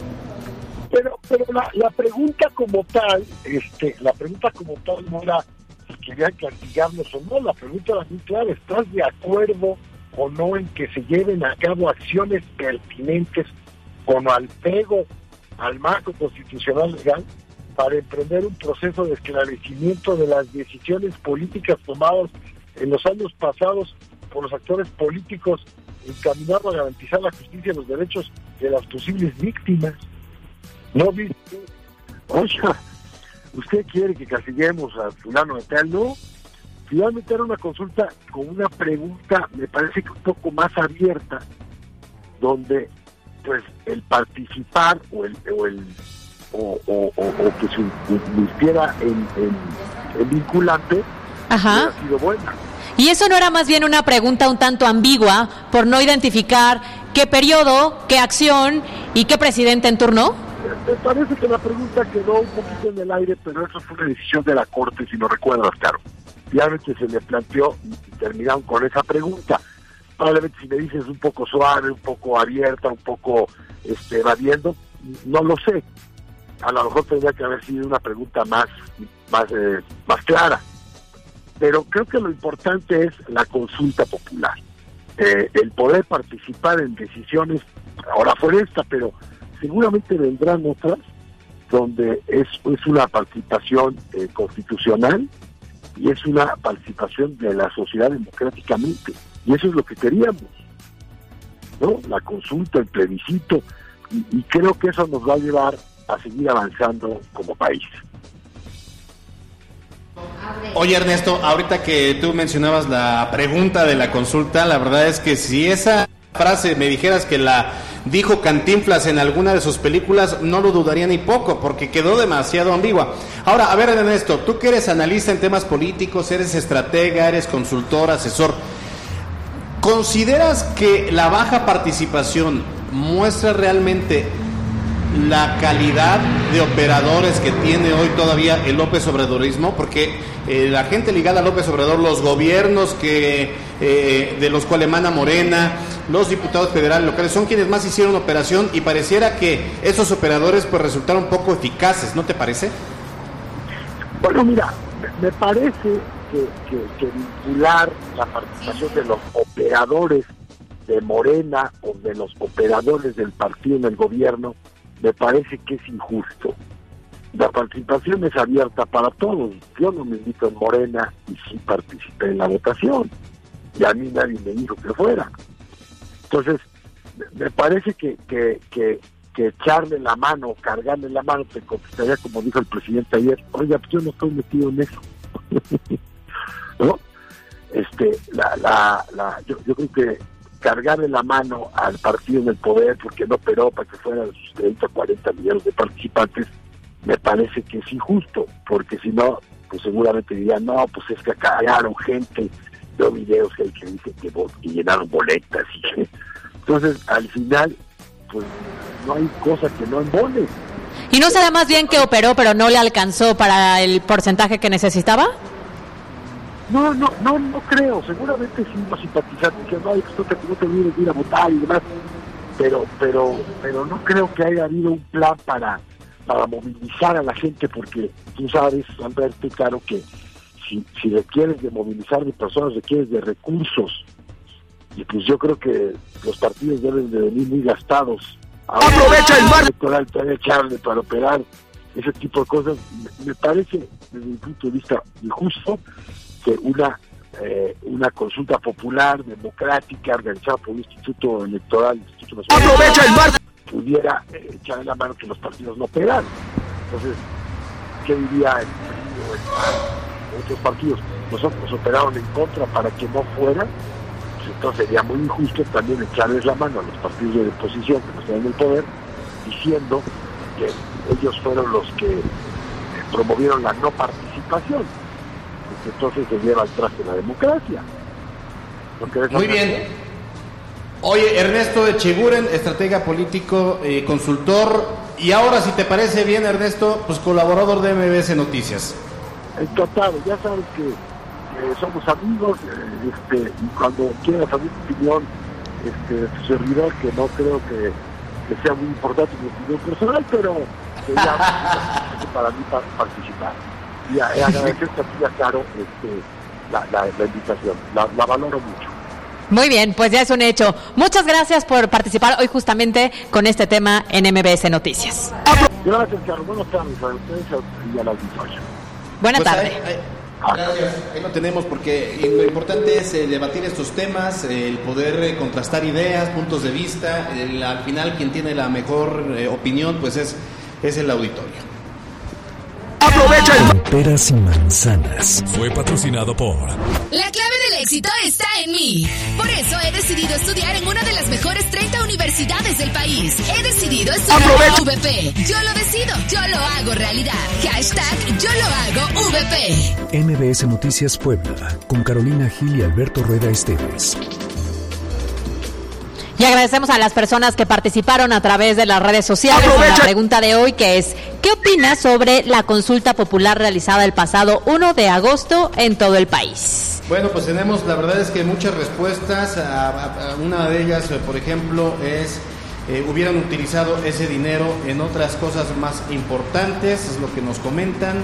Pero, pero la, la pregunta como tal, este, la pregunta como tal no era si querían castigarnos o no, la pregunta era muy clara: ¿estás de acuerdo o no en que se lleven a cabo acciones pertinentes con apego al marco constitucional legal para emprender un proceso de esclarecimiento de las decisiones políticas tomadas en los años pasados por los actores políticos encaminados a garantizar la justicia y los derechos de las posibles víctimas. No dice, oiga, usted quiere que castiguemos a fulano de tal, no. Si va a meter una consulta con una pregunta, me parece que un poco más abierta, donde pues el participar o el o el o, o, o, o que se invirtiera en, en, en vinculante Ajá. ha sido buena. ¿Y eso no era más bien una pregunta un tanto ambigua por no identificar qué periodo, qué acción y qué presidente en turno? Me parece que la pregunta quedó un poquito en el aire, pero eso fue una decisión de la Corte, si no recuerdas, Caro. Finalmente se le planteó y terminaron con esa pregunta. Probablemente si me dices un poco suave, un poco abierta, un poco este, evadiendo, no lo sé. A lo mejor tendría que haber sido una pregunta más, más, eh, más clara. Pero creo que lo importante es la consulta popular. Eh, el poder participar en decisiones, ahora fue esta, pero seguramente vendrán otras, donde es, es una participación eh, constitucional y es una participación de la sociedad democráticamente. Y eso es lo que queríamos, ¿no? La consulta, el plebiscito, y, y creo que eso nos va a llevar a seguir avanzando como país. Oye, Ernesto, ahorita que tú mencionabas la pregunta de la consulta, la verdad es que si esa frase me dijeras que la dijo Cantinflas en alguna de sus películas, no lo dudaría ni poco, porque quedó demasiado ambigua. Ahora, a ver, Ernesto, tú que eres analista en temas políticos, eres estratega, eres consultor, asesor, ¿consideras que la baja participación muestra realmente la calidad de operadores que tiene hoy todavía el López Obradorismo? Porque eh, la gente ligada a López Obrador, los gobiernos que eh, de los cuales emana Morena, los diputados federales, locales, son quienes más hicieron operación, y pareciera que esos operadores pues resultaron poco eficaces, ¿no te parece? Bueno, mira, me parece que, que, que vincular la participación de los operadores de Morena o de los operadores del partido en el gobierno, me parece que es injusto. La participación es abierta para todos. Yo no me invito en Morena y sí participé en la votación. Y a mí nadie me dijo que fuera. Entonces, me parece que, que, que, que echarle la mano, cargarle la mano, te contestaría como dijo el presidente ayer, oiga, pues yo no estoy metido en eso. ¿No? Este, la, la, la, yo, yo creo que cargarle la mano al partido en el poder porque no operó para que fueran sus treinta o cuarenta millones de participantes, me parece que es injusto, porque si no, pues seguramente dirían, no, pues es que acabaron gente, veo videos que hay que dicen que, que llenaron boletas, y que... entonces al final, pues no hay cosa que no embone. ¿Y no será más bien que operó pero no le alcanzó para el porcentaje que necesitaba? No, no, no, no creo. Seguramente sí los simpatizantes dicen, no, esto te, no te olvides de ir a votar y demás. Pero, pero, pero no creo que haya habido un plan para, para movilizar a la gente, porque tú sabes, Alberto, claro que si, si requieres de movilizar de personas, requieres de recursos. Y pues yo creo que los partidos deben de venir muy gastados. Ahora, aprovecha el mar electoral para echarle, para operar ese tipo de cosas. Me, me parece, desde mi punto de vista, injusto que una eh, una consulta popular, democrática, organizada por un instituto electoral, instituto nacional, aprovecha el mar, pudiera eh, echar en la mano que los partidos no operan. Entonces, ¿qué diría el P R I o el P A N? Otros partidos, nosotros operaron en contra para que no fueran, pues entonces sería muy injusto también echarles la mano a los partidos de oposición que no están en el poder, diciendo que ellos fueron los que eh, promovieron la no participación. Entonces se lleva al traste la democracia. Muy bien. Oye, Ernesto Echeguren, estratega político, eh, consultor, y ahora, si te parece bien, Ernesto, pues colaborador de M B S Noticias. Encantado, ya sabes que eh, somos amigos, eh, este, y cuando quieras saber tu opinión, este, de tu servidor, que no creo que, que sea muy importante mi opinión personal, pero sería para mí para participar. Y agradecerte a ti, Caro, este, la, la, la invitación, la, la valoro mucho. Muy bien, pues ya es un hecho. Muchas gracias por participar hoy justamente con este tema en M B S Noticias. Gracias, Carlos. Buenas tardes a ustedes y a la auditoría. Buena pues tarde. Ahí, ahí, gracias. Ahí lo tenemos porque lo importante es eh, debatir estos temas, eh, el poder eh, contrastar ideas, puntos de vista. El, al final quien tiene la mejor eh, opinión pues es, es el auditorio. Aprovecha el... Peras y manzanas. Fue patrocinado por... La clave del éxito está en mí. Por eso he decidido estudiar en una de las mejores treinta universidades del país. He decidido estudiar en U V P. Yo lo decido, yo lo hago realidad. Hashtag yo lo hago U V P. M B S Noticias Puebla, con Carolina Gil y Alberto Rueda Esteves. Y agradecemos a las personas que participaron a través de las redes sociales con la pregunta de hoy, que es: ¿qué opinas sobre la consulta popular realizada el pasado primero de agosto en todo el país? Bueno, pues tenemos, la verdad es que muchas respuestas. A, a, a una de ellas, por ejemplo, es eh, hubieran utilizado ese dinero en otras cosas más importantes, es lo que nos comentan.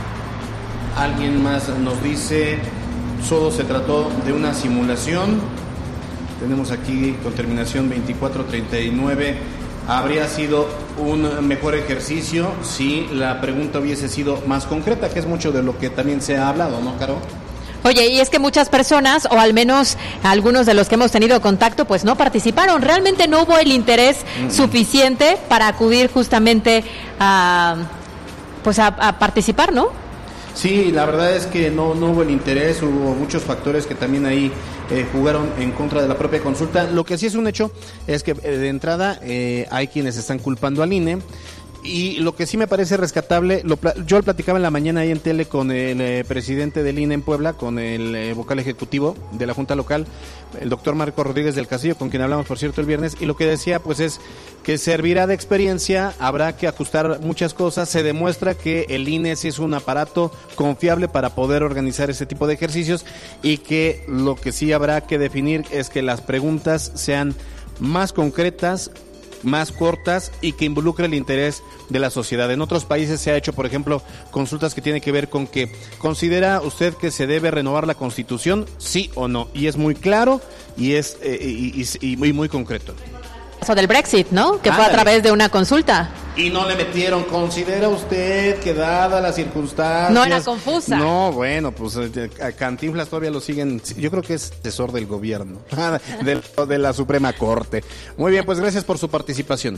Alguien más nos dice: solo se trató de una simulación. Tenemos aquí con terminación veinticuatro treinta y nueve. Habría sido un mejor ejercicio si la pregunta hubiese sido más concreta, que es mucho de lo que también se ha hablado, ¿no, Caro? Oye, y es que muchas personas, o al menos algunos de los que hemos tenido contacto, pues no participaron. Realmente no hubo el interés uh-huh. suficiente para acudir justamente a, pues a, a participar, ¿no? Sí, la verdad es que no, no hubo el interés, hubo muchos factores que también ahí eh, jugaron en contra de la propia consulta. Lo que sí es un hecho es que eh, de entrada eh, hay quienes están culpando al I N E. Y lo que sí me parece rescatable, lo, yo lo platicaba en la mañana ahí en tele con el eh, presidente del I N E en Puebla, con el eh, vocal ejecutivo de la Junta Local, el doctor Marco Rodríguez del Castillo, con quien hablamos, por cierto, el viernes, y lo que decía pues es que servirá de experiencia, habrá que ajustar muchas cosas. Se demuestra que el I N E sí es un aparato confiable para poder organizar ese tipo de ejercicios, y que lo que sí habrá que definir es que las preguntas sean más concretas, más cortas y que involucre el interés de la sociedad. En otros países se ha hecho, por ejemplo, consultas que tienen que ver con que ¿considera usted que se debe renovar la Constitución? Sí o no. Y es muy claro y es eh, y, y, y muy, muy concreto. Eso del Brexit, ¿no? Que Ándale. Fue a través de una consulta. Y no le metieron, ¿considera usted que dada las circunstancias? No era confusa. No, bueno, pues a Cantinflas todavía lo siguen, yo creo que es asesor del gobierno, de, de la Suprema Corte. Muy bien, pues gracias por su participación.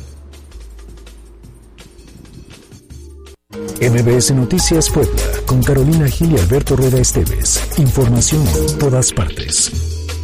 M B S Noticias Puebla, con Carolina Gil y Alberto Rueda Esteves. Información en todas partes.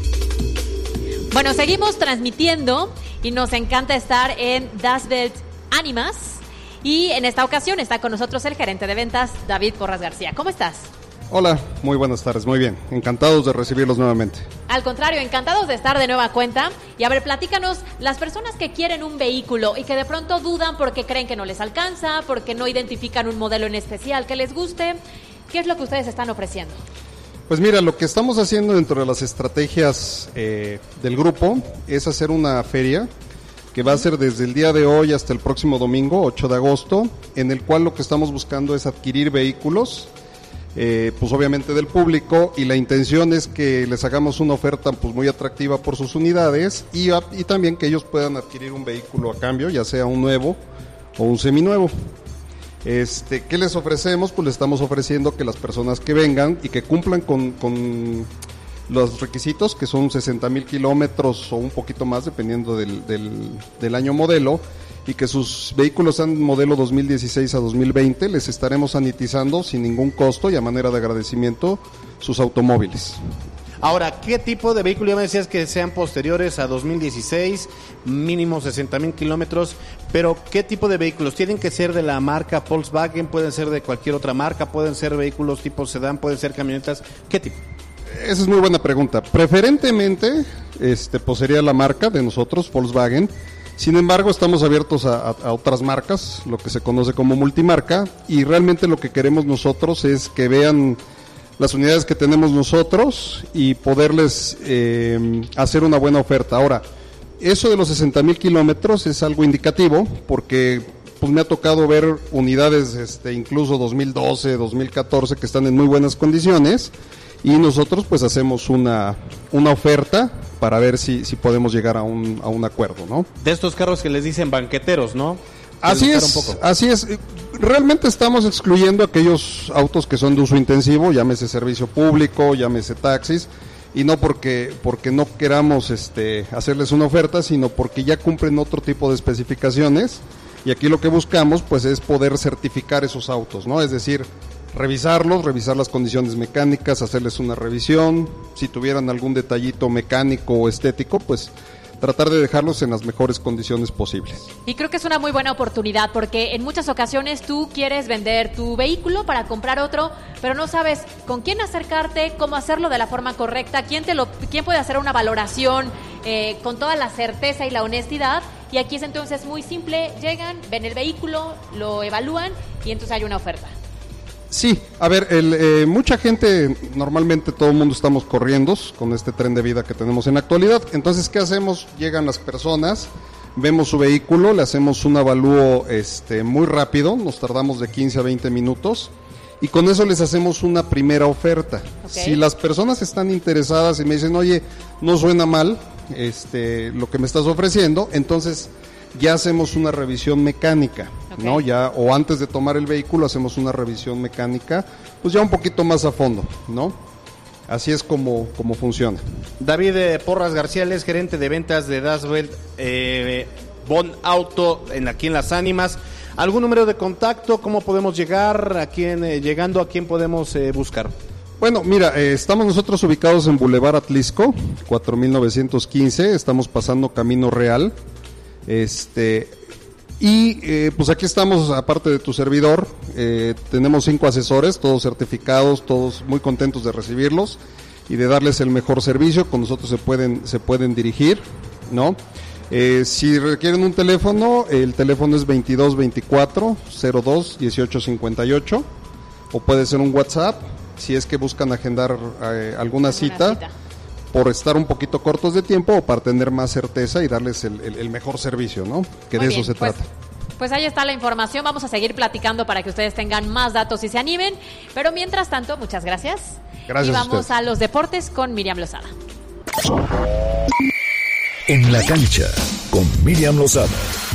Bueno, seguimos transmitiendo y nos encanta estar en Das Welt Animas, y en esta ocasión está con nosotros el gerente de ventas, David Porras García. ¿Cómo estás? Hola, muy buenas tardes, muy bien, encantados de recibirlos nuevamente. Al contrario, encantados de estar de nueva cuenta. Y a ver, platícanos, las personas que quieren un vehículo y que de pronto dudan porque creen que no les alcanza, porque no identifican un modelo en especial que les guste, ¿qué es lo que ustedes están ofreciendo? Pues mira, lo que estamos haciendo dentro de las estrategias eh, del grupo es hacer una feria que va a ser desde el día de hoy hasta el próximo domingo, ocho de agosto, en el cual lo que estamos buscando es adquirir vehículos, eh, pues obviamente del público, y la intención es que les hagamos una oferta pues muy atractiva por sus unidades, y, y también que ellos puedan adquirir un vehículo a cambio, ya sea un nuevo o un seminuevo. Este, ¿qué les ofrecemos? Pues les estamos ofreciendo que las personas que vengan y que cumplan con, con los requisitos, que son sesenta mil kilómetros o un poquito más, dependiendo del, del, del año modelo, y que sus vehículos sean modelo dos mil dieciséis a dos mil veinte, les estaremos sanitizando sin ningún costo y a manera de agradecimiento sus automóviles. Ahora, ¿qué tipo de vehículo? Ya me decías que sean posteriores a dos mil dieciséis, mínimo sesenta mil kilómetros, pero ¿qué tipo de vehículos? ¿Tienen que ser de la marca Volkswagen? ¿Pueden ser de cualquier otra marca? ¿Pueden ser vehículos tipo sedán? ¿Pueden ser camionetas? ¿Qué tipo? Esa es muy buena pregunta. Preferentemente, este, pues sería la marca de nosotros, Volkswagen. Sin embargo, estamos abiertos a, a, a otras marcas, lo que se conoce como multimarca, y realmente lo que queremos nosotros es que vean las unidades que tenemos nosotros y poderles eh, hacer una buena oferta. Ahora, eso de los sesenta mil kilómetros es algo indicativo, porque pues me ha tocado ver unidades este, incluso dos mil doce, dos mil catorce, que están en muy buenas condiciones, y nosotros pues hacemos una, una oferta para ver si, si podemos llegar a un, a un acuerdo, ¿no? De estos carros que les dicen banqueteros, ¿no? Así es, así es. Realmente estamos excluyendo aquellos autos que son de uso intensivo, llámese servicio público, llámese taxis, y no porque porque no queramos este hacerles una oferta, sino porque ya cumplen otro tipo de especificaciones, y aquí lo que buscamos pues es poder certificar esos autos, ¿no? Es decir, revisarlos, revisar las condiciones mecánicas, hacerles una revisión, si tuvieran algún detallito mecánico o estético, pues tratar de dejarlos en las mejores condiciones posibles. Y creo que es una muy buena oportunidad porque en muchas ocasiones tú quieres vender tu vehículo para comprar otro, pero no sabes con quién acercarte, cómo hacerlo de la forma correcta, quién te lo, quién puede hacer una valoración eh, con toda la certeza y la honestidad. Y aquí es entonces muy simple, llegan, ven el vehículo, lo evalúan y entonces hay una oferta. Sí, a ver, el, eh, mucha gente, normalmente todo el mundo estamos corriendo con este tren de vida que tenemos en la actualidad. Entonces, ¿qué hacemos? Llegan las personas, vemos su vehículo, le hacemos un avalúo este, muy rápido, nos tardamos de quince a veinte minutos, y con eso les hacemos una primera oferta. Okay. Si las personas están interesadas y me dicen, oye, no suena mal este, lo que me estás ofreciendo, entonces ya hacemos una revisión mecánica, okay, ¿no? Ya, o antes de tomar el vehículo hacemos una revisión mecánica, pues ya un poquito más a fondo, ¿no? Así es como, como funciona. David eh, Porras García, es gerente de ventas de Dasbel eh, Bon Auto en, aquí en Las Ánimas. ¿Algún número de contacto? ¿Cómo podemos llegar? ¿A quién, eh, llegando a quién podemos eh, buscar? Bueno, mira, eh, estamos nosotros ubicados en Boulevard Atlisco, cuatro mil novecientos quince, estamos pasando Camino Real. Este y eh, pues aquí estamos, aparte de tu servidor, eh, tenemos cinco asesores, todos certificados, todos muy contentos de recibirlos y de darles el mejor servicio. Con nosotros se pueden se pueden dirigir, ¿no? Eh, si requieren un teléfono, el teléfono es veintidós veinticuatro cero dos dieciocho cincuenta y ocho, o puede ser un WhatsApp si es que buscan agendar eh, alguna, alguna cita, cita. Por estar un poquito cortos de tiempo o para tener más certeza y darles el, el, el mejor servicio, ¿no? Que Muy de bien, eso se pues, trata. Pues ahí está la información, vamos a seguir platicando para que ustedes tengan más datos y se animen, pero mientras tanto, muchas gracias. Gracias. Y vamos a, a los deportes con Miriam Lozada. En la cancha, con Miriam Lozada.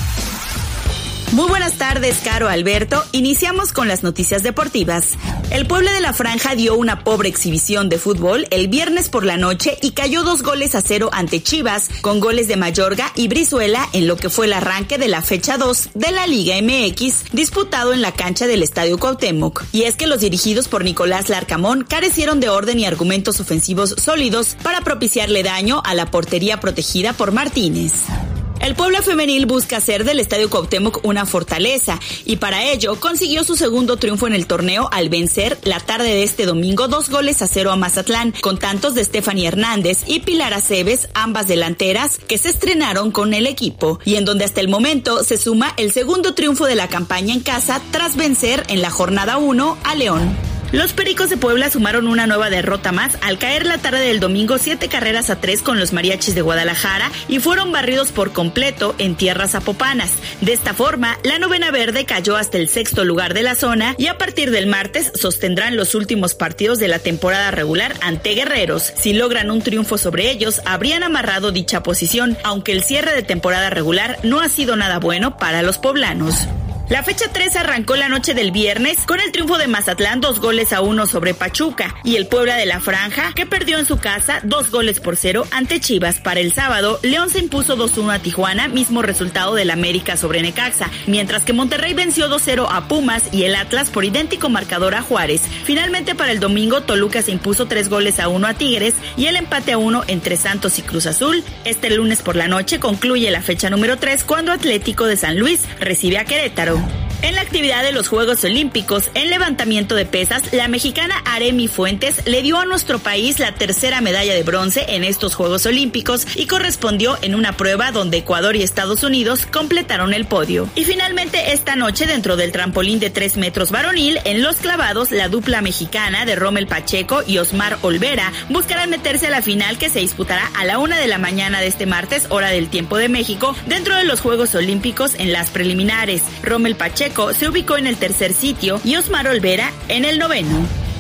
Muy buenas tardes, Caro, Alberto. Iniciamos con las noticias deportivas. El Puebla de la Franja dio una pobre exhibición de fútbol el viernes por la noche y cayó dos goles a cero ante Chivas, con goles de Mayorga y Brizuela en lo que fue el arranque de la fecha dos de la Liga M X, disputado en la cancha del Estadio Cuauhtémoc. Y es que los dirigidos por Nicolás Larcamón carecieron de orden y argumentos ofensivos sólidos para propiciarle daño a la portería protegida por Martínez. El Puebla femenil busca hacer del Estadio Cuauhtémoc una fortaleza y para ello consiguió su segundo triunfo en el torneo al vencer la tarde de este domingo dos goles a cero a Mazatlán, con tantos de Stephanie Hernández y Pilar Aceves, ambas delanteras que se estrenaron con el equipo, y en donde hasta el momento se suma el segundo triunfo de la campaña en casa tras vencer en la jornada uno a León. Los Pericos de Puebla sumaron una nueva derrota más al caer la tarde del domingo siete carreras a tres con los Mariachis de Guadalajara y fueron barridos por completo en tierras zapopanas. De esta forma, la novena verde cayó hasta el sexto lugar de la zona y a partir del martes sostendrán los últimos partidos de la temporada regular ante Guerreros. Si logran un triunfo sobre ellos, habrían amarrado dicha posición, aunque el cierre de temporada regular no ha sido nada bueno para los poblanos. La fecha tres arrancó la noche del viernes con el triunfo de Mazatlán dos goles a uno sobre Pachuca y el Puebla de la Franja que perdió en su casa dos goles por cero ante Chivas. Para el sábado, León se impuso dos uno a Tijuana, mismo resultado del América sobre Necaxa, mientras que Monterrey venció dos cero a Pumas y el Atlas por idéntico marcador a Juárez. Finalmente para el domingo, Toluca se impuso tres goles a uno a Tigres y el empate a uno entre Santos y Cruz Azul. Este lunes por la noche concluye la fecha número tres cuando Atlético de San Luis recibe a Querétaro. En la actividad de los Juegos Olímpicos, en levantamiento de pesas, la mexicana Aremi Fuentes le dio a nuestro país la tercera medalla de bronce en estos Juegos Olímpicos y correspondió en una prueba donde Ecuador y Estados Unidos completaron el podio. Y finalmente esta noche, dentro del trampolín de tres metros varonil, en los clavados, la dupla mexicana de Rommel Pacheco y Osmar Olvera buscarán meterse a la final que se disputará a la una de la mañana de este martes, hora del tiempo de México, dentro de los Juegos Olímpicos en las preliminares. Rommel Pacheco se ubicó en el tercer sitio y Osmar Olvera en el noveno.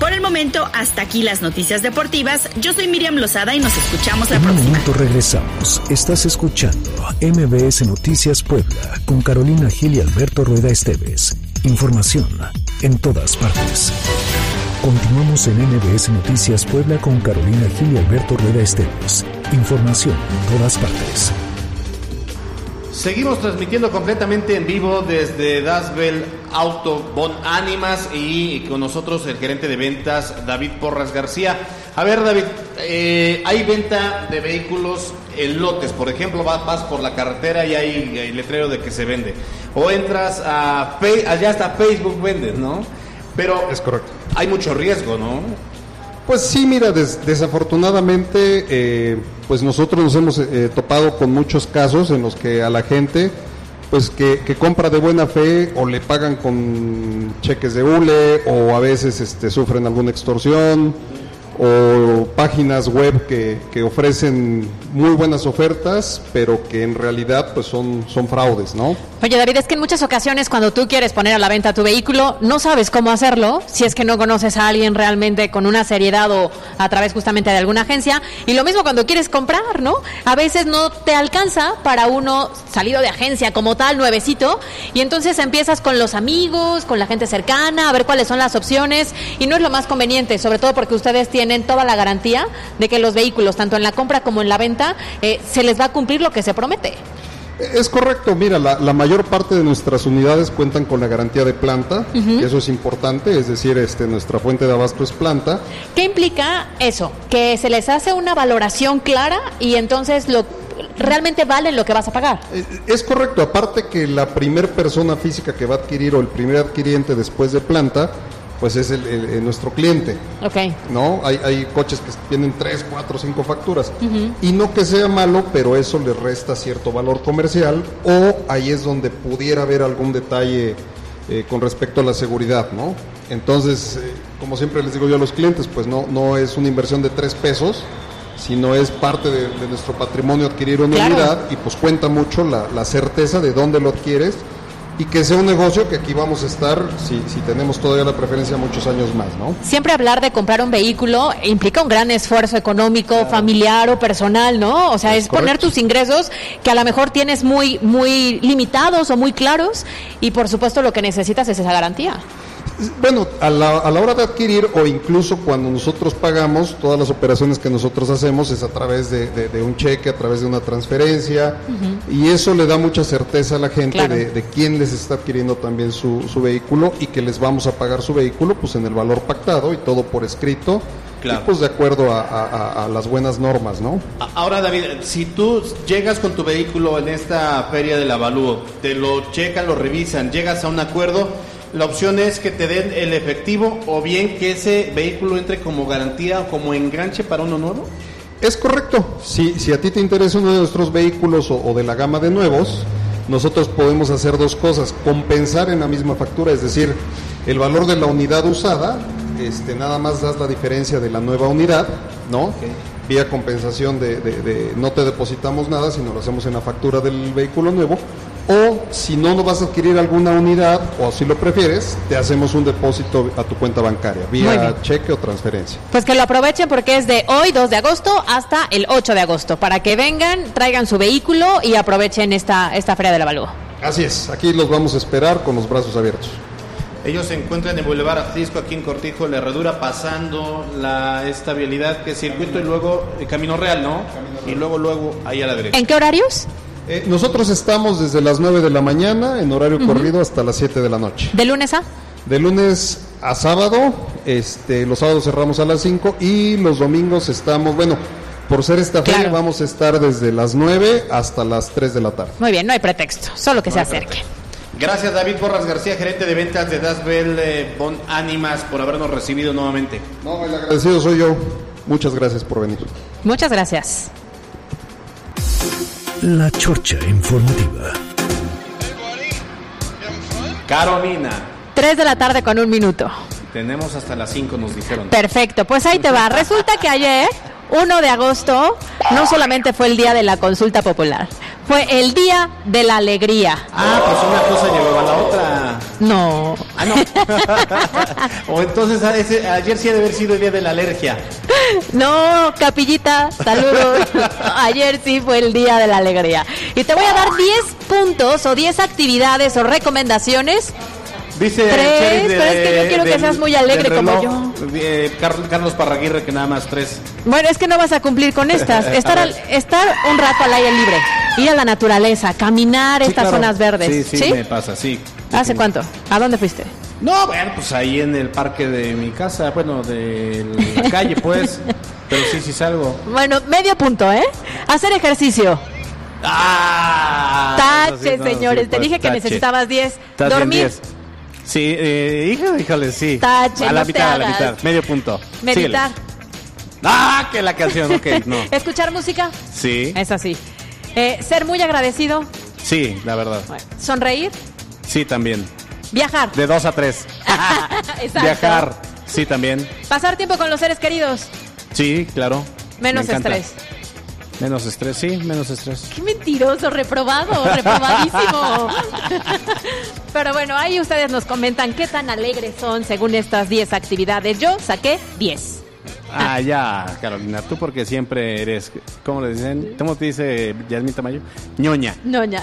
Por el momento, hasta aquí las noticias deportivas. Yo soy Miriam Lozada y nos escuchamos la en próxima. Un momento regresamos. Estás escuchando M B S Noticias Puebla con Carolina Gil y Alberto Rueda Esteves. Información en todas partes. Continuamos en M B S Noticias Puebla con Carolina Gil y Alberto Rueda Esteves. Información en todas partes. Seguimos transmitiendo completamente en vivo desde Dasbel Auto Bon Ánimas y con nosotros el gerente de ventas David Porras García. A ver, David, eh, hay venta de vehículos en lotes, por ejemplo, vas, vas por la carretera y hay, hay letrero de que se vende, o entras a allá hasta Facebook vendes, ¿no? Pero es correcto. Hay mucho riesgo, ¿no? Pues sí, mira, des, desafortunadamente, eh, pues nosotros nos hemos eh, topado con muchos casos en los que a la gente, pues que, que compra de buena fe o le pagan con cheques de hule o a veces este, sufren alguna extorsión o páginas web que, que ofrecen muy buenas ofertas, pero que en realidad pues son, son fraudes, ¿no? Oye, David, es que en muchas ocasiones cuando tú quieres poner a la venta tu vehículo, no sabes cómo hacerlo, si es que no conoces a alguien realmente con una seriedad o a través justamente de alguna agencia, y lo mismo cuando quieres comprar, ¿no? A veces no te alcanza para uno salido de agencia como tal, nuevecito, y entonces empiezas con los amigos, con la gente cercana, a ver cuáles son las opciones, y no es lo más conveniente, sobre todo porque ustedes tienen toda la garantía de que los vehículos, tanto en la compra como en la venta, eh, se les va a cumplir lo que se promete. Es correcto, mira, la, la mayor parte de nuestras unidades cuentan con la garantía de planta, uh-huh. que eso es importante, es decir, este, nuestra fuente de abasto es planta. ¿Qué implica eso? Que se les hace una valoración clara y entonces lo realmente vale lo que vas a pagar. Es correcto, aparte que la primer persona física que va a adquirir o el primer adquiriente después de planta, pues es el, el, el nuestro cliente. Okay. ¿No? Hay, hay coches que tienen tres, cuatro, cinco facturas. Uh-huh. Y no que sea malo, pero eso le resta cierto valor comercial, o ahí es donde pudiera haber algún detalle eh, con respecto a la seguridad, ¿no? Entonces, eh, como siempre les digo yo a los clientes, pues no, no es una inversión de tres pesos, sino es parte de, de nuestro patrimonio adquirir una claro. unidad, y pues cuenta mucho la, la certeza de dónde lo adquieres, y que sea un negocio que aquí vamos a estar, si, si tenemos todavía la preferencia, muchos años más, ¿no? Siempre hablar de comprar un vehículo implica un gran esfuerzo económico, claro. familiar o personal, ¿no? O sea, es, es poner tus ingresos que a lo mejor tienes muy, muy limitados o muy claros, y por supuesto lo que necesitas es esa garantía. Bueno, a la, a la hora de adquirir, o incluso cuando nosotros pagamos, todas las operaciones que nosotros hacemos es a través de, de, de un cheque, a través de una transferencia, uh-huh. y eso le da mucha certeza a la gente claro. de, de quién les está adquiriendo también su, su vehículo, y que les vamos a pagar su vehículo pues en el valor pactado y todo por escrito, claro. y pues de acuerdo a, a, a las buenas normas, ¿no? Ahora, David, si tú llegas con tu vehículo en esta feria del avalúo, te lo checan, lo revisan, llegas a un acuerdo, la opción es que te den el efectivo, o bien que ese vehículo entre como garantía o como enganche para uno nuevo. Es correcto. Si, si a ti te interesa uno de nuestros vehículos o, o de la gama de nuevos, nosotros podemos hacer dos cosas: compensar en la misma factura, es decir, el valor de la unidad usada, este, nada más das la diferencia de la nueva unidad, ¿no? Okay. Vía compensación de, de, de no te depositamos nada, sino lo hacemos en la factura del vehículo nuevo. O si no, no vas a adquirir alguna unidad, o si lo prefieres, te hacemos un depósito a tu cuenta bancaria, vía cheque o transferencia. Pues que lo aprovechen, porque es de hoy, dos de agosto, hasta el ocho de agosto, para que vengan, traigan su vehículo y aprovechen esta, esta Feria del Avalúo. Así es, aquí los vamos a esperar con los brazos abiertos. Ellos se encuentran en Boulevard Atlixco, aquí en Cortijo, la Herradura, pasando la esta vialidad que es circuito y luego eh, Camino Real, ¿no? Camino Real. Y luego, luego, ahí a la derecha. ¿En qué horarios? Eh, nosotros estamos desde las nueve de la mañana en horario uh-huh. corrido hasta las siete de la noche. ¿De lunes a? De lunes a sábado, este, los sábados cerramos a las cinco, y los domingos estamos, bueno, por ser esta feria, claro. vamos a estar desde las nueve hasta las tres de la tarde. Muy bien, no hay pretexto, solo que no se acerque. Pretexto. Gracias, David Porras García, gerente de ventas de Dasbel eh, Bon Ánimas, por habernos recibido nuevamente. No, el agradecido soy yo. Muchas gracias por venir. Muchas gracias. La Chorcha Informativa. Carolina. Tres de la tarde con un minuto. Tenemos hasta las cinco, nos dijeron. Perfecto, pues ahí te va. Resulta que ayer, uno de agosto, no solamente fue el día de la consulta popular, fue el Día de la Alegría. Ah, pues una cosa llevaba a la otra. No. Ah, no. O entonces ese, ayer sí ha de haber sido el Día de la Alergia. No, Capillita, saludos. Ayer sí fue el Día de la Alegría. Y te voy a dar diez puntos o diez actividades o recomendaciones. Dice tres, de, pero es que yo quiero del, que seas muy alegre reloj, como yo. Eh, Carlos Parraguirre, que nada más tres. Bueno, es que no vas a cumplir con estas. Estar, al, estar un rato al aire libre, ir a la naturaleza, caminar Sí, estas claro. zonas verdes. Sí, sí, ¿Sí? me pasa, sí. ¿Hace cuánto? ¿A dónde fuiste? No, bueno, pues ahí en el parque de mi casa, bueno, de la calle, pues. Pero sí, sí salgo. Bueno, medio punto, ¿eh? Hacer ejercicio. ¡Ah! Tache, no, señores. sí, Te pues, dije que tache. necesitabas diez. Estás bien, Dormir. diez. Sí, eh, hija, híjole, sí. Tache, a la no te mitad, a la hagas. mitad, medio punto. Meditar. Síguele. Ah, que la canción, ok, no. Escuchar música. Sí, Es así. Eh, ser muy agradecido. sí, la verdad. Sonreír. Sí, también. Viajar. De dos a tres. Exacto. Viajar, sí, también. Pasar tiempo con los seres queridos. Sí, claro. Menos Me encanta. estrés. Menos estrés, sí, menos estrés. Qué mentiroso, reprobado, reprobadísimo. Pero bueno, ahí ustedes nos comentan qué tan alegres son según estas diez actividades. Yo saqué diez. Ah, ya, Carolina, tú porque siempre eres, ¿cómo le dicen? ¿Cómo te dice Yasmín Tamayo? Ñoña. Ñoña.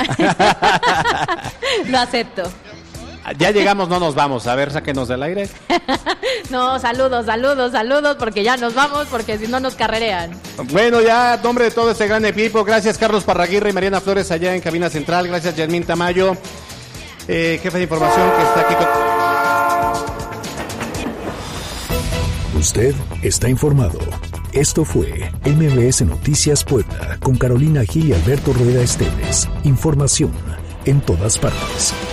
Lo acepto. Ya llegamos, no nos vamos. A ver, sáquenos del aire. No, saludos, saludos, saludos, porque ya nos vamos, porque si no nos carrerean. Bueno, ya, en nombre de todo este gran equipo, gracias Carlos Parraguirre y Mariana Flores allá en Cabina Central, gracias Yasmín Tamayo, eh, jefe de información que está aquí con... Usted está informado. Esto fue M B S Noticias Puebla con Carolina Gil y Alberto Rueda Esteves. Información en todas partes.